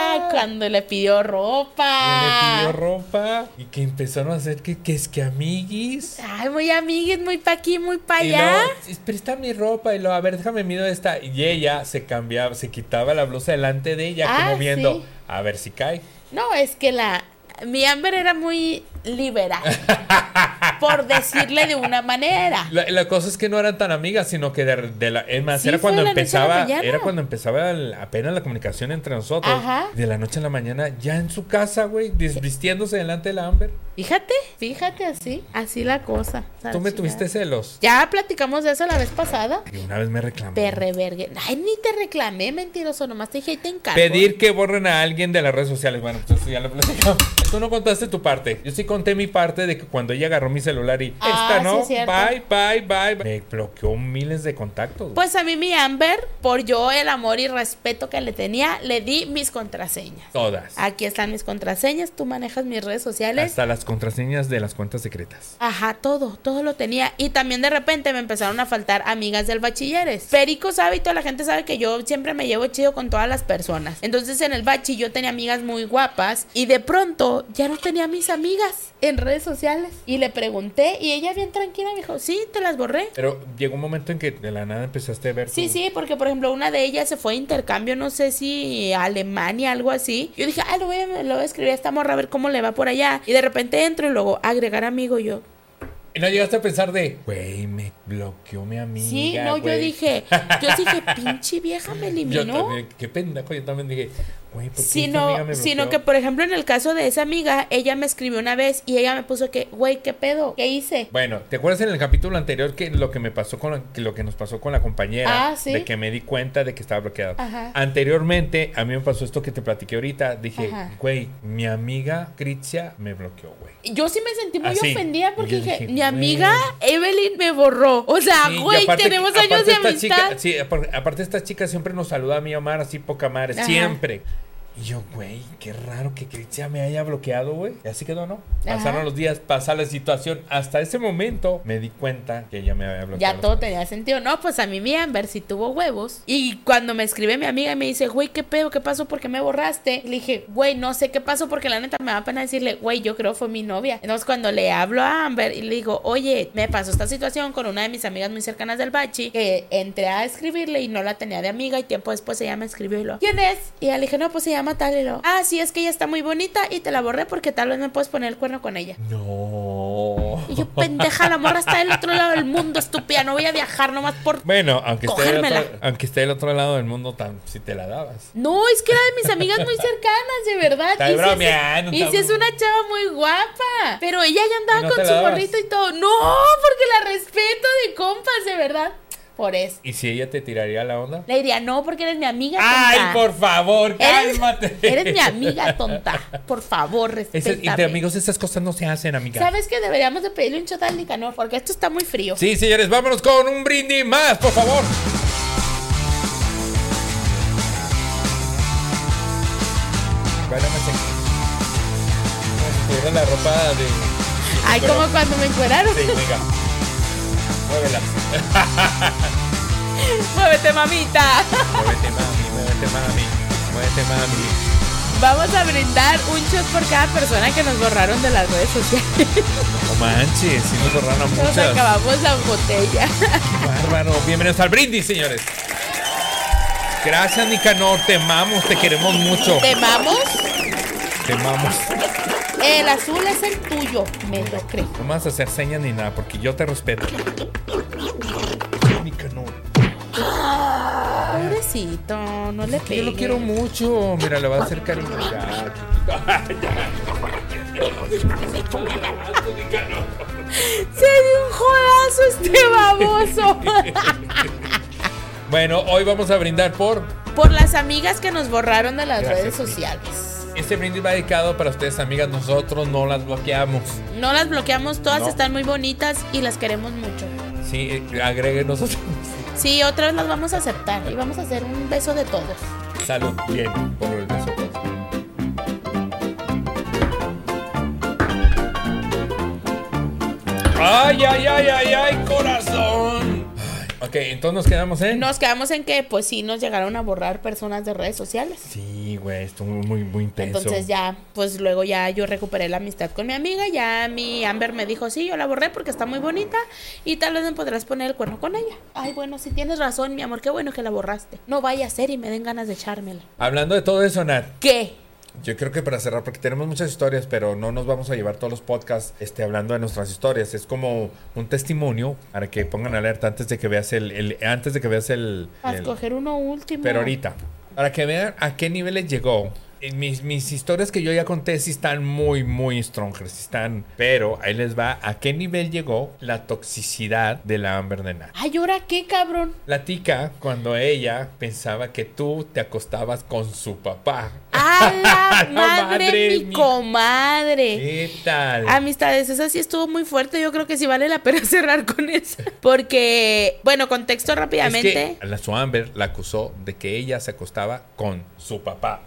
cuando le pidió ropa. Le pidió ropa y que empezaron a hacer que, que es que amiguis. Ay, muy amiguis, muy pa' aquí, muy pa' Y allá. luego, presta mi ropa y luego, a ver, déjame mido esta. Y ella se cambiaba, se quitaba la blusa delante de ella, Ah, como viendo, sí. a ver si cae. No, es que la... Mi Amber era muy liberal, por decirle de una manera. La, la cosa es que no eran tan amigas, sino que de, de la, es más, Sí, era fue cuando de la noche a la empezaba, mañana. era cuando empezaba el- apenas la comunicación entre nosotros. Ajá. De la noche a la mañana, ya en su casa, güey, desvistiéndose delante de la Amber. Fíjate, fíjate así, así la cosa. Tú me Chingada. tuviste celos. Ya platicamos de eso la vez pasada. Y una vez me reclamó. Perre vergue. Ay, ni te reclamé, mentiroso, nomás te dije, ahí te encargo. Pedir que borren a alguien de las redes sociales. Bueno, pues eso ya lo platicamos. Tú no contaste tu parte. Yo sí conté mi parte de que cuando ella agarró mi celular y Ah, esta no, sí, es cierto. bye, bye, bye. Me bloqueó miles de contactos. Pues a mí mi Amber, por yo el amor y respeto que le tenía, le di mis contraseñas. Todas. Aquí están mis contraseñas, tú manejas mis redes sociales. Hasta las contraseñas de las cuentas secretas. Ajá, todo, todo lo tenía. Y también de repente me empezaron a faltar amigas del bachilleres. Perico sabe y toda la gente sabe que yo siempre me llevo chido con todas las personas. Entonces en el bachi yo tenía amigas muy guapas y de pronto ya no tenía mis amigas en redes sociales. Y le pregunté y ella bien tranquila me dijo, sí, te las borré. Pero llegó un momento en que de la nada empezaste a ver. Sí, tu- sí, porque por ejemplo una de ellas se fue a intercambio, no sé si a Alemania, algo así. Yo dije, ah, lo voy a, lo voy a escribir a esta morra a ver cómo le va por allá. Y de repente entro y luego agregar amigo y yo. Y no llegaste a pensar de, güey, me bloqueó mi amiga. Sí, no, yo güey". dije, yo dije, pinche vieja me Yo eliminó. también, qué pendejo, yo también dije, güey, ¿por qué esta Sino, amiga me sino bloqueó? que, por ejemplo, en el caso de esa amiga, ella me escribió una vez y ella me puso que, güey, ¿qué pedo? ¿Qué hice? Bueno, ¿te acuerdas en el capítulo anterior que lo que me pasó con la- que lo que nos pasó con la compañera? Ah, sí. De que me di cuenta de que estaba bloqueado. Ajá. Anteriormente, a mí me pasó esto que te platiqué ahorita. Dije, Ajá. güey, mi amiga Critia me bloqueó, güey. Yo sí me sentí muy Así. ofendida porque Y yo dije, dije, mi güey. amiga Evelyn me borró. O sea, Sí, y güey, aparte- tenemos aparte años de esta amistad. chica- sí, apar- aparte esta chica siempre nos saluda a mi Omar así poca madre, Ajá. siempre. Y yo, güey, qué raro que Cristian me haya bloqueado, güey. Y así quedó, ¿no? Ajá. Pasaron los días, pasa la situación. Hasta ese momento me di cuenta que ella me había bloqueado. Ya todo tenía sentido. No, pues a mí mi Amber sí tuvo huevos. Y cuando me escribe mi amiga y me dice, güey, ¿qué pedo? ¿Qué pasó? ¿Por qué me borraste? Le dije, güey, no sé qué pasó porque la neta me da pena decirle, güey, yo creo fue mi novia. Entonces cuando le hablo a Amber y le digo, oye, me pasó esta situación con una de mis amigas muy cercanas del bachi, que entré a escribirle y no la tenía de amiga y tiempo después ella me escribió y lo, ¿quién es? Y ella le dije, no, pues se llama tal y lo, ah, sí, es que ella está muy bonita y te la borré porque tal vez me puedes poner el cuerno con ella. No. Y yo, pendeja, la morra está del otro lado del mundo, estúpida, no voy a viajar nomás por... Bueno, aunque esté, del Cogérmela. otro, aunque esté del otro lado del mundo, tan, si te la dabas. No, es que era de mis amigas muy cercanas, de verdad. Está Y si es- bromeando, Y está si es bro- una chava muy guapa. Pero ella ya ¿Y andaba no con te su la dabas? gorrito y todo. No, porque la respeto de compas, de verdad. Por eso. ¿Y si ella te tiraría la onda? Le diría, no, porque eres mi amiga tonta. ¡Ay, por favor, Eres- cálmate! Eres mi amiga tonta. Por favor, Ese- respétame. entre amigos esas cosas no se hacen, amiga. ¿Sabes que deberíamos de pedirle un shot al Nicanor? Porque esto está muy frío. Sí, señores, vámonos con un brindis más, por favor. Bueno, me sé. Como si tuviera la ropa de... Ay, Pero- como cuando me encueraron. Sí, venga. Muévela. Muévete, mamita. Muévete, mami, muévete, mami. Muévete, mami. Vamos a brindar un shot por cada persona que nos borraron de las redes sociales. No manches, si nos borraron a Nos muchas. acabamos la botella. Bárbaro. Bienvenidos al brindis, señores. Gracias, Nicanor. Te amamos, te queremos mucho. ¿Te vamos? Te amamos. El azul es el tuyo, me lo creo. No me vas a hacer señas ni nada, porque yo te respeto. Nicanor. Pobrecito, no le Yo pegues. lo quiero mucho. Mira, le va a hacer cariño. Ya. Se dio un jodazo este baboso. Bueno, hoy vamos a brindar por... Por las amigas que nos borraron de las Gracias, redes amiga. sociales. Este brindis va dedicado para ustedes, amigas. Nosotros no las bloqueamos. No las bloqueamos, todas No. están muy bonitas y las queremos mucho. Sí, eh, agréguenos otros. Sí, otra vez las vamos a aceptar y vamos a hacer un beso de todos. Salud, bien, por el beso. Ay, ay, ay, ay, ay, corazón. Ay, ok, entonces nos quedamos en... Nos quedamos en que, pues sí, nos llegaron a borrar personas de redes sociales. Sí, Sí, güey, estuvo muy, muy intenso. Entonces ya, pues luego ya yo recuperé la amistad con mi amiga. Ya mi Amber me dijo, sí, yo la borré porque está muy bonita y tal vez me podrás poner el cuerno con ella. Ay, bueno, si tienes razón, mi amor, qué bueno que la borraste. No vaya a ser y me den ganas de echármela. Hablando de todo eso, Nat. ¿Qué? Yo creo que para cerrar, porque tenemos muchas historias, pero no nos vamos a llevar todos los podcasts este, hablando de nuestras historias. Es como un testimonio para que pongan alerta antes de que veas el, el antes de que veas el, A el escoger uno último. pero ahorita, para que vean a qué niveles llegó. Mis, mis historias que yo ya conté sí están muy, muy strongers, sí están, pero ahí les va a qué nivel llegó la toxicidad de la Amber de Nat. Ay, ¿ahora qué, cabrón? Platica cuando ella pensaba que tú te acostabas con su papá. ¡A la madre, Madre mi mía. comadre! ¿Qué tal? Amistades, esa sí estuvo muy fuerte. Yo creo que sí vale la pena cerrar con eso. Porque, bueno, contexto rápidamente. Es que la su Amber la acusó de que ella se acostaba con su papá.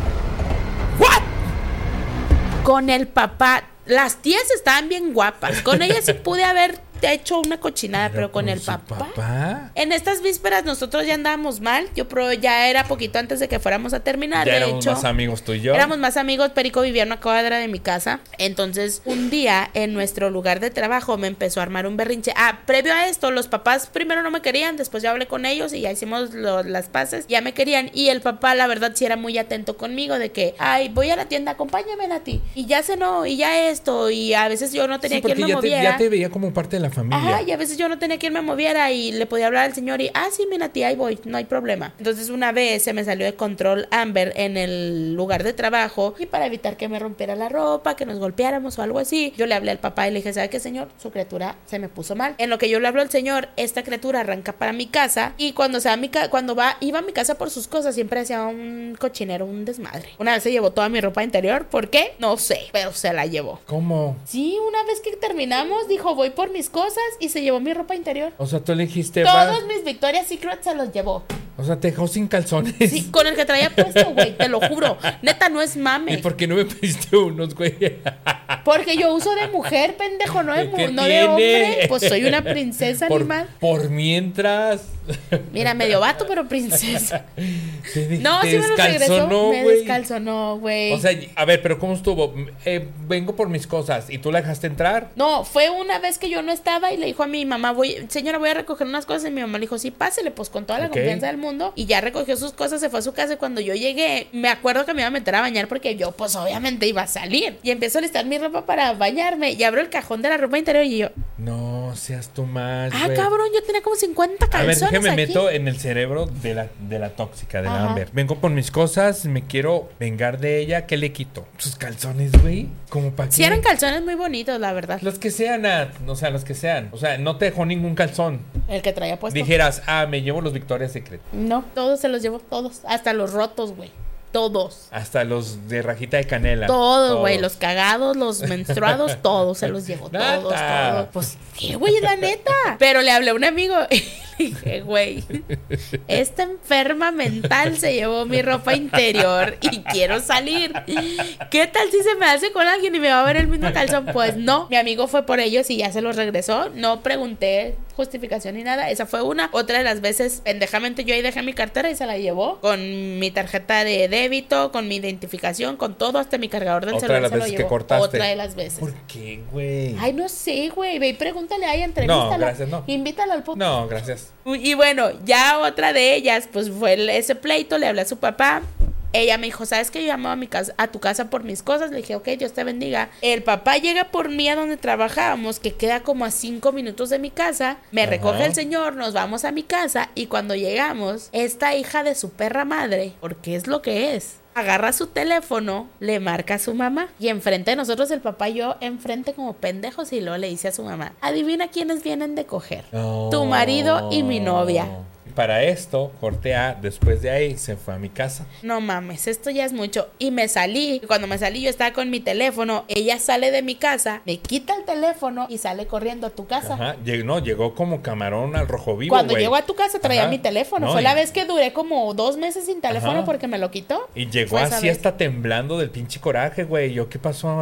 Con el papá. Las tías estaban bien guapas. Con ella sí pude haber hecho una cochinada, pero, pero con, con el papá. papá. En estas vísperas nosotros ya andábamos mal. Yo pro, ya era poquito antes de que fuéramos a terminar. Ya de éramos hecho, más amigos tú y yo. Éramos más amigos. Perico vivía en una cuadra de mi casa. Entonces, un día en nuestro lugar de trabajo me empezó a armar un berrinche. Ah, previo a esto, los papás primero no me querían. Después ya hablé con ellos y ya hicimos lo, las paces. Ya me querían. Y el papá, la verdad, sí era muy atento conmigo. De que, ay, voy a la tienda, acompáñame a ti. Y ya cenó, y ya esto. Y a veces yo no tenía sí, quien me ya moviera. Te, ya te veía como parte de la familia. Ajá, y a veces yo no tenía quien me moviera y le podía hablar al señor y, ah, sí, mira, tía, ahí voy, no hay problema. Entonces una vez se me salió de control Amber en el lugar de trabajo y para evitar que me rompiera la ropa, que nos golpeáramos o algo así, yo le hablé al papá y le dije, ¿sabe qué, señor? Su criatura se me puso mal. En lo que yo le hablo al señor, esta criatura arranca para mi casa y cuando, se va, a mi ca cuando va, iba a mi casa por sus cosas, siempre hacía un cochinero, un desmadre. Una vez se llevó toda mi ropa interior, ¿por qué? No sé, pero se la llevó. ¿Cómo? Sí, una vez que terminamos, dijo, voy por mis cosas y se llevó mi ropa interior. O sea, tú le dijiste... Todos va... mis Victoria's Secret se los llevó. O sea, te dejó sin calzones. Sí, con el que traía puesto, güey, te lo juro. Neta, no es mame. ¿Y por qué no me pediste unos, güey? Porque yo uso de mujer, pendejo, no de, mu no tiene? de hombre. Pues soy una princesa por, animal. Por mientras... Mira, medio vato, pero princesa. Te, no, te sí me lo regresó. no, me güey. descalzonó, güey. O sea, a ver, pero ¿cómo estuvo? Eh, vengo por mis cosas. ¿Y tú la dejaste entrar? No, fue una vez que yo no estaba y le dijo a mi mamá, voy, señora, voy a recoger unas cosas. Y mi mamá le dijo, sí, pásele, pues con toda la okay. confianza del mundo. Y ya recogió sus cosas, se fue a su casa. Y cuando yo llegué, me acuerdo que me iba a meter a bañar porque yo, pues obviamente iba a salir. Y empiezo a listar mi ropa para bañarme. Y abro el cajón de la ropa interior y yo, no seas tú más. Ah, güey. cabrón, yo tenía como cincuenta calzones. A ver, déjame aquí. meto en el cerebro de la, de la tóxica, de la Ajá. Amber. Vengo por mis cosas, me quiero vengar de ella. ¿Qué le quito? Sus calzones, güey. Como para Sí, qué. eran calzones muy bonitos, la verdad. Los que sean, Nat. O sea, los que sean. O sea, no te dejó ningún calzón. El que traía puesto. Dijeras, ah, me llevo los Victoria's Secret. No, todos se los llevó, todos. Hasta los rotos, güey. Todos. Hasta los de rajita de canela. Todos, güey. Los cagados, los menstruados, todos se los llevó. Nata. Todos, todos. Pues, ¿qué, güey? La neta. Pero le hablé a un amigo y le dije, güey, esta enferma mental se llevó mi ropa interior y quiero salir. ¿Qué tal si se me hace con alguien y me va a ver el mismo calzón? Pues no. Mi amigo fue por ellos y ya se los regresó. No pregunté justificación ni nada. Esa fue una. Otra de las veces, pendejamente, yo ahí dejé mi cartera y se la llevó con mi tarjeta de débito, con mi identificación, con todo, hasta mi cargador del Otra de celular las se lo veces que llevó. cortaste. Otra de las veces. ¿Por qué, güey? Ay, no sé, güey. Ve y pregúntale ahí, entrevístala. No, gracias, no. Invítala al podcast. No, gracias. Y bueno, ya otra de ellas, pues fue el, ese pleito, le hablé a su papá. Ella me dijo, ¿sabes qué? Yo llamaba a mi casa, a tu casa por mis cosas. Le dije, ok, Dios te bendiga. El papá llega por mí a donde trabajábamos, que queda como a cinco minutos de mi casa. Me Ajá. recoge el señor, nos vamos a mi casa. Y cuando llegamos, esta hija de su perra madre, porque es lo que es, agarra su teléfono, le marca a su mamá. Y enfrente de nosotros, el papá y yo, enfrente como pendejos. Y luego le dice a su mamá, adivina quiénes vienen de coger. No. Tu marido y mi novia. Para esto, corté a, después de ahí, se fue a mi casa. No mames, esto ya es mucho. Y me salí. Y cuando me salí, yo estaba con mi teléfono. Ella sale de mi casa, me quita el teléfono y sale corriendo a tu casa. Ajá. Llegó, no, llegó como camarón al rojo vivo. Cuando güey. llegó a tu casa traía Ajá. mi teléfono. No, Fue y- la vez que duré como dos meses sin teléfono Ajá. porque me lo quitó. Y llegó Fue esa así vez. hasta temblando del pinche coraje, güey. Yo, ¿qué pasó?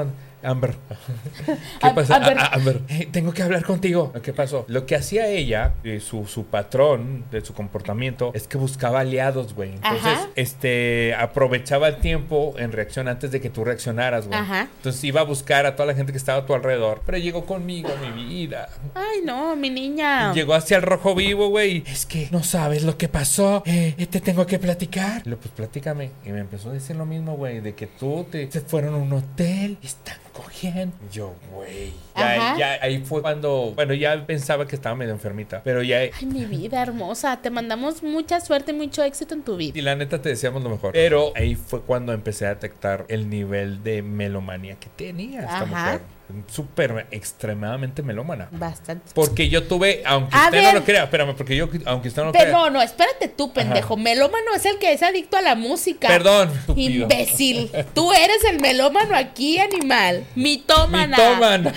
Amber. ¿Qué Am- pasa? Amber. Ah, ah, Amber. Eh, tengo que hablar contigo. ¿Qué pasó? Lo que hacía ella, eh, su, su patrón de su comportamiento, es que buscaba aliados, güey. Entonces, Ajá. este, aprovechaba el tiempo en reacción antes de que tú reaccionaras, güey. Ajá. Entonces iba a buscar a toda la gente que estaba a tu alrededor. Pero llegó conmigo, mi vida. Ay, no, mi niña. Llegó hacia el rojo vivo, güey. Es que no sabes lo que pasó. Eh, eh, te tengo que platicar. Y le, pues platícame. Y me empezó a decir lo mismo, güey. De que tú te se fueron a un hotel y están cogiendo. Y yo, güey. Ya, Ajá. ya ahí fue cuando. Bueno, ya pensaba que estaba medio enfermita. Pero ya. Ay, mi vida hermosa. Te mandamos mucha suerte y mucho éxito en tu vida. Y la neta te deseamos lo mejor. Pero ahí fue cuando empecé a detectar el nivel de melomanía que tenía esta Ajá. mujer. Súper extremadamente melómana. Bastante. Porque yo tuve, aunque A usted ver. no lo crea, espérame, porque yo, aunque usted no lo Pero crea. no, no, espérate tú, pendejo. Ajá. Melómano es el que es adicto a la música. Perdón, estúpido. Imbécil. Tú eres el melómano aquí, animal. Mitómana. Mitómano.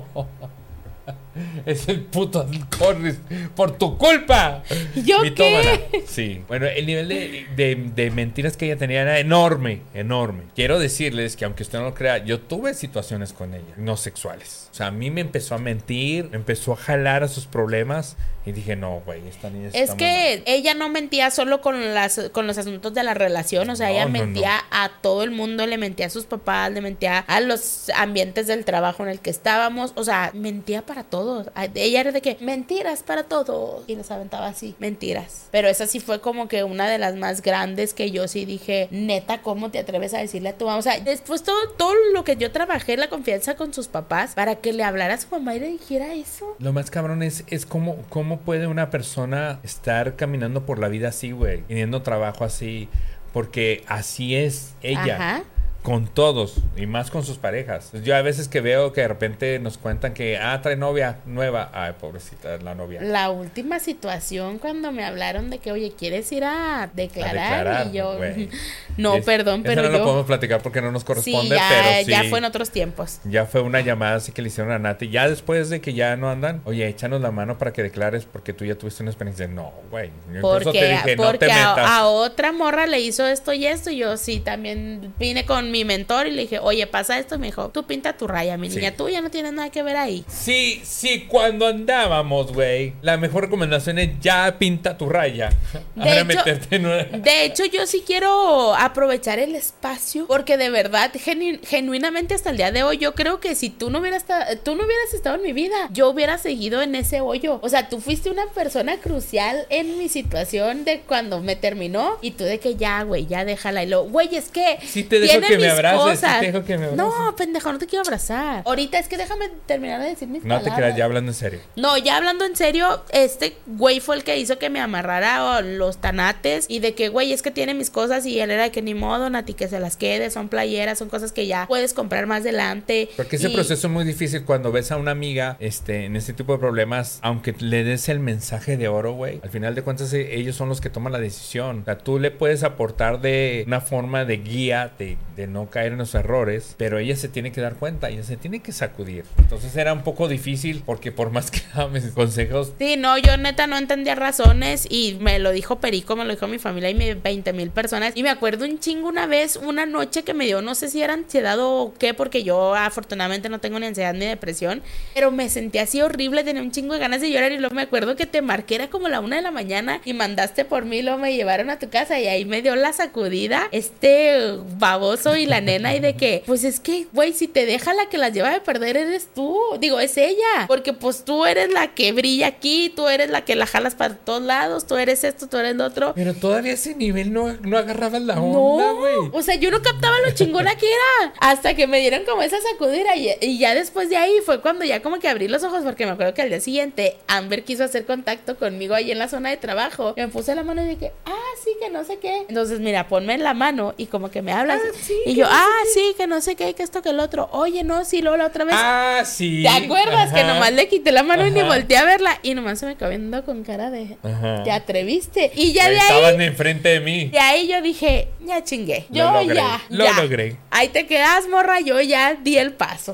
Es el puto Corris. Por tu culpa. ¿Yo Mitómana. qué? Sí. Bueno, el nivel de, de, de mentiras que ella tenía era enorme, enorme. Quiero decirles que aunque usted no lo crea, yo tuve situaciones con ella, no sexuales. O sea, a mí me empezó a mentir, me empezó a jalar a sus problemas y dije, no, güey, esta niña Es está que ella no mentía solo con las con los asuntos de la relación, o sea, No, ella no, mentía a todo el mundo, le mentía a sus papás, le mentía a los ambientes del trabajo en el que estábamos, o sea, mentía para todos. A- Ella era de que mentiras para todos y los aventaba así, mentiras. Pero esa sí fue como que una de las más grandes que yo sí dije, neta, ¿cómo te atreves a decirle a tu mamá? O sea, después todo todo lo que yo trabajé, la confianza con sus papás para que le hablara a su mamá y le dijera eso. Lo más cabrón es, es cómo, cómo puede una persona estar caminando por la vida así, güey, teniendo trabajo así, porque así es ella. Ajá. Con todos y más con sus parejas. Yo a veces que veo que de repente nos cuentan que, ah, trae novia nueva. Ay, pobrecita, la novia. La última situación cuando me hablaron de que, oye, ¿quieres ir a declarar? A declarar, y yo, güey. no, Es- perdón, eso pero no yo... lo podemos platicar porque no nos sí, corresponde, ya, pero sí. ya fue en otros tiempos. Ya fue una llamada así que le hicieron a Nati. Ya después de que ya no andan, oye, échanos la mano para que declares porque tú ya tuviste una experiencia. No, güey. Yo incluso Porque, te dije, no porque te metas. a, a otra morra le hizo esto y esto. Y yo sí, también vine con mi mentor y le dije, oye, pasa esto. Me dijo, tú pinta tu raya, mi Sí. niña. Tú ya no tienes nada que ver ahí. Sí, sí, cuando andábamos, güey. La mejor recomendación es ya pinta tu raya. De Ahora hecho- meterte en una... De hecho, yo sí quiero aprovechar el espacio porque de verdad, genu- genuinamente hasta el día de hoy, yo creo que si tú no hubieras estado, tú no hubieras estado en mi vida, yo hubiera seguido en ese hoyo. O sea, tú fuiste una persona crucial en mi situación de cuando me terminó y tú de que ya, güey, ya déjala. Y lo, güey, es que Sí te dejo tiene que me mis abraces, sí cosas. te dejo que me abraces. No, pendejo, no te quiero abrazar. Ahorita es que déjame terminar de decir mis No te palabras. creas, ya hablando en serio. No, ya hablando en serio, este güey fue el que hizo que me amarrara los tanates y de que, güey, es que tiene mis cosas y él era de que ni modo, Nati, que se las quede, son playeras, son cosas que ya puedes comprar más adelante. Porque ese Y- proceso es muy difícil cuando ves a una amiga este, en este tipo de problemas, aunque le des el mensaje de oro, güey. Al final de cuentas, eh, ellos son los que toman la decisión. O sea, tú le puedes aportar de una forma de guía, de, de no caer en los errores, pero ella se tiene que dar cuenta, ella se tiene que sacudir. Entonces era un poco difícil porque por más que daba mis consejos, Sí, no, yo neta no entendía razones y me lo dijo Perico, me lo dijo mi familia y me veinte mil personas. Y me acuerdo un chingo una vez, una noche que me dio, no sé si era ansiedad o qué, porque yo afortunadamente no tengo ni ansiedad ni depresión, pero me sentí así horrible, tenía un chingo de ganas de llorar y luego me acuerdo que te marqué, era como la una de la mañana y mandaste por mí, luego me llevaron a tu casa y ahí me dio la sacudida este baboso y la nena y de que, pues es que, güey, si te deja la que las lleva de perder eres tú, digo, es ella, porque pues tú eres la que brilla aquí, tú eres la que la jalas para todos lados, tú eres esto, tú eres lo otro. pero todavía a ese nivel no, no agarrabas la onda, No, güey. o sea, yo no captaba lo chingona que era hasta que me dieron como esa sacudida y, y ya después de ahí fue cuando ya como que abrí los ojos porque me acuerdo que al día siguiente Amber quiso hacer contacto conmigo ahí en la zona de trabajo y me puse la mano y dije, ah, sí, que no sé qué. Entonces, mira, ponme en la mano y como que me hablas Ah, sí, y que yo, no sé ah, qué. sí, que no sé qué, que esto, que el otro. Oye, no, sí, luego la otra vez. Ah, sí. ¿Te acuerdas que Ajá. nomás le quité la mano y ni Ajá. volteé a verla? Y nomás se me quedó viendo con cara de, Ajá. ¿te atreviste? Y ya Güey, de ahí... estaban enfrente de mí. De ahí yo dije, ya chingué. Lo Yo logré, ya, lo ya. logré. Ahí te quedas, morra, yo ya di el paso.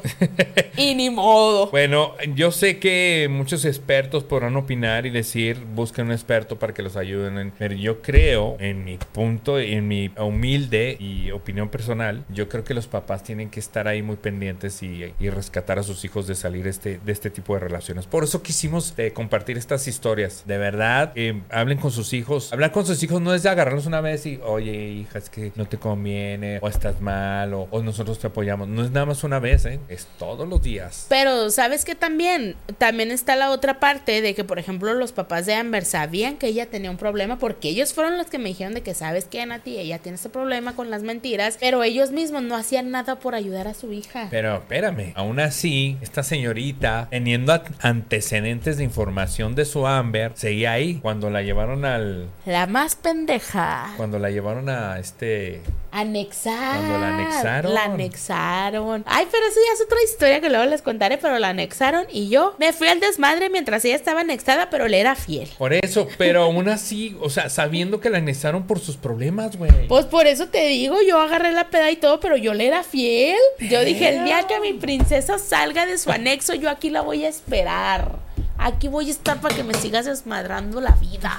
Y ni modo. Bueno, yo sé que muchos expertos podrán opinar y decir, busquen un experto para que los ayuden, en- pero yo creo, en mi punto, en mi humilde y opinión personal, personal, yo creo que los papás tienen que estar ahí muy pendientes y, y rescatar a sus hijos de salir este, de este tipo de relaciones. Por eso quisimos eh, compartir estas historias. De verdad, eh, hablen con sus hijos. Hablar con sus hijos no es de agarrarlos una vez y, oye, hija, es que no te conviene, o estás mal, o, o nosotros te apoyamos. No es nada más una vez, ¿eh? Es todos los días. Pero, ¿sabes qué también? También está la otra parte de que, por ejemplo, los papás de Amber sabían que ella tenía un problema porque ellos fueron los que me dijeron de que, ¿sabes qué, Nati? Ella tiene este problema con las mentiras, pero ellos mismos no hacían nada por ayudar a su hija. Pero, espérame, aún así, esta señorita, teniendo antecedentes de información de su Amber, seguía ahí cuando la llevaron al... La más pendeja. Cuando la llevaron a este... Anexar. Cuando la anexaron. La anexaron. Ay, pero eso ya es otra historia que luego les contaré, pero la anexaron y yo me fui al desmadre mientras ella estaba anexada, pero le era fiel. Por eso, pero aún así, o sea, sabiendo que la anexaron por sus problemas, güey. Pues por eso te digo, yo agarré la peda y todo, pero yo le era fiel. Yo dije, el día que mi princesa salga de su anexo, yo aquí la voy a esperar. Aquí voy a estar para que me sigas desmadrando la vida.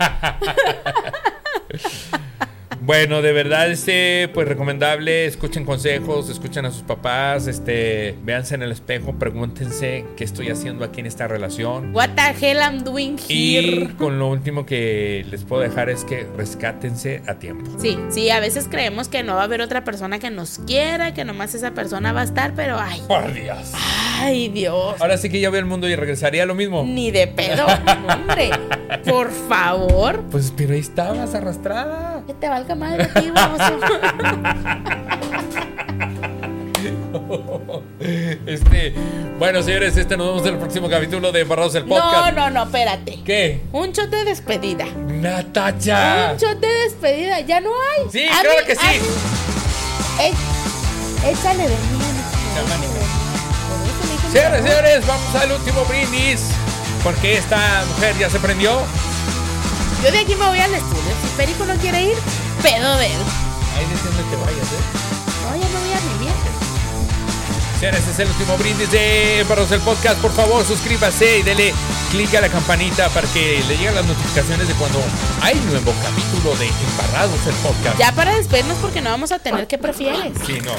Bueno, de verdad, este, pues recomendable, escuchen consejos, escuchen a sus papás, este, véanse en el espejo, pregúntense qué estoy haciendo aquí en esta relación. What the hell I'm doing here? Y con lo último que les puedo dejar es que rescátense a tiempo. Sí, sí, a veces creemos que no va a haber otra persona que nos quiera, que nomás esa persona va a estar, pero ay. Por Dios. Ay, Dios. Ahora sí que ya veo el mundo y regresaría a lo mismo. Ni de pedo, hombre. Por favor. Pues, pero ahí estabas arrastrada. Que te valga madre a ti, baboso. Este, bueno, señores, este nos vemos en el próximo capítulo de Embarrados el Podcast. No, no, no, espérate. ¿Qué? Un shot de despedida. Natacha. Un shot de despedida, ya no hay. Sí, A claro mí- que sí. a- Eh, échale de mí. Señores, señores, vamos al último brindis. Porque esta mujer ya se prendió. Yo de aquí me voy al estudio. Si Perico no quiere ir, pedo de él. Ahí dice donde te vayas, ¿eh? No, ya me voy a mi viaje. Señores, este es el último brindis de Embarrados el Podcast. Por favor, suscríbase y dele click a la campanita para que le lleguen las notificaciones de cuando hay nuevo capítulo de Embarrados el Podcast. Ya para despedirnos porque no vamos a tener que prefieres. Sí, no.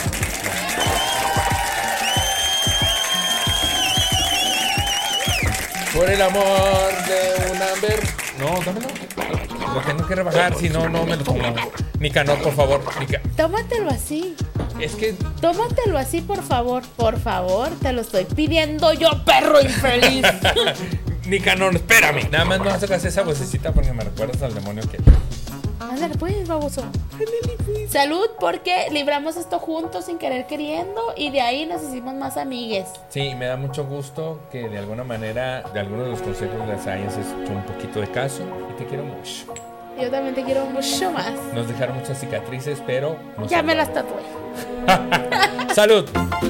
Por el amor de un Amber. No, dámelo. Lo tengo que rebajar, si no, no me lo tomo. Nicanor, por favor. Nica. Tómatelo así. Es que. Tómatelo así, por favor. Por favor, te lo estoy pidiendo yo, perro infeliz. Nicanor, espérame. Nada más no hagas esa vocecita porque me recuerdas al demonio que. Ándale pues, baboso. Salud, porque libramos esto juntos sin querer queriendo y de ahí nos hicimos más amigues. Sí, me da mucho gusto que de alguna manera, de algunos de los consejos les hayas hecho un poquito de caso y te quiero mucho. Yo también te quiero mucho más. Nos dejaron muchas cicatrices, pero... nos Ya me salvaron. las tatué. ¡Salud!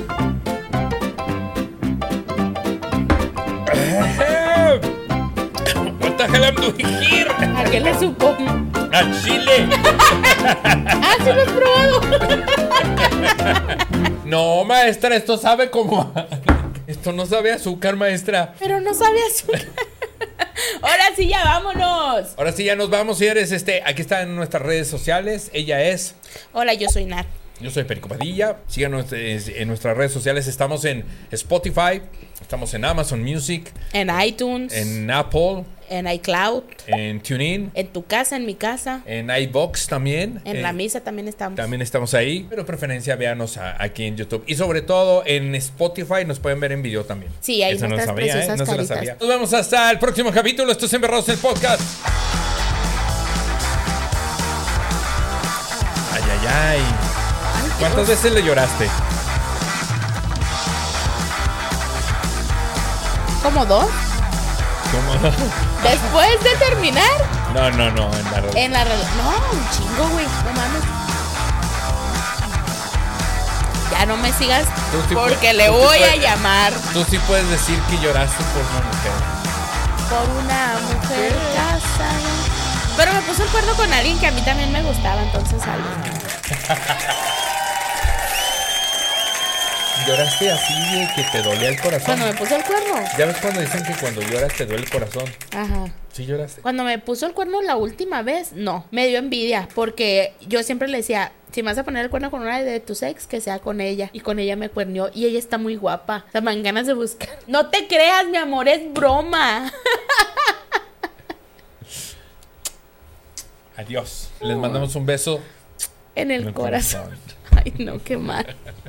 What the hell I'm doing here? ¿A qué le supo? ¡A Chile! ¡Ah, sí lo has probado! No, maestra, esto sabe como... Esto no sabe a azúcar, maestra. Pero no sabe azúcar. Ahora sí, ya vámonos. Ahora sí, ya nos vamos, señores. Este, aquí están en nuestras redes sociales. Ella es... Hola, yo soy Nat. Yo soy Perico Padilla. Síganos eh, en nuestras redes sociales. Estamos en Spotify, estamos en Amazon Music, En iTunes, en Apple, en iCloud, en TuneIn, en tu casa, en mi casa, en iVoox también. en Eh, la misa también estamos. También estamos ahí. Pero preferencia, véanos a- aquí en YouTube. Y sobre todo en Spotify nos pueden ver en video también. Sí, ahí Eso no nuestras sabía, ¿eh? preciosas No se lo caritas. sabía. Nos vemos hasta el próximo capítulo. Esto es Embarrados el Podcast. Ay, ay, ay. ¿Cuántas veces le lloraste? ¿Cómo dos? ¿Cómo? Después de terminar, No, no, no, en la en la rela- No, un chingo, güey. No mames. Ya no me sigas Tú sí porque puedes- le tú sí voy a puedes- llamar Tú sí puedes decir que lloraste por una mujer. por una mujer casada. Pero me puso el cuerno con alguien que a mí también me gustaba, entonces algo. Lloraste así de que te dolía el corazón. Cuando me puso el cuerno. Ya ves cuando dicen que cuando lloras te duele el corazón. Ajá. Sí lloraste. Cuando me puso el cuerno la última vez, no. Me dio envidia porque yo siempre le decía, si me vas a poner el cuerno con una de tus ex, que sea con ella. Y con ella me cuernió. Y ella está muy guapa. O sea, me dan ganas de buscar. No te creas, mi amor, es broma. Adiós. Les mandamos un beso En el, en el corazón. corazón. Ay, no, qué mal.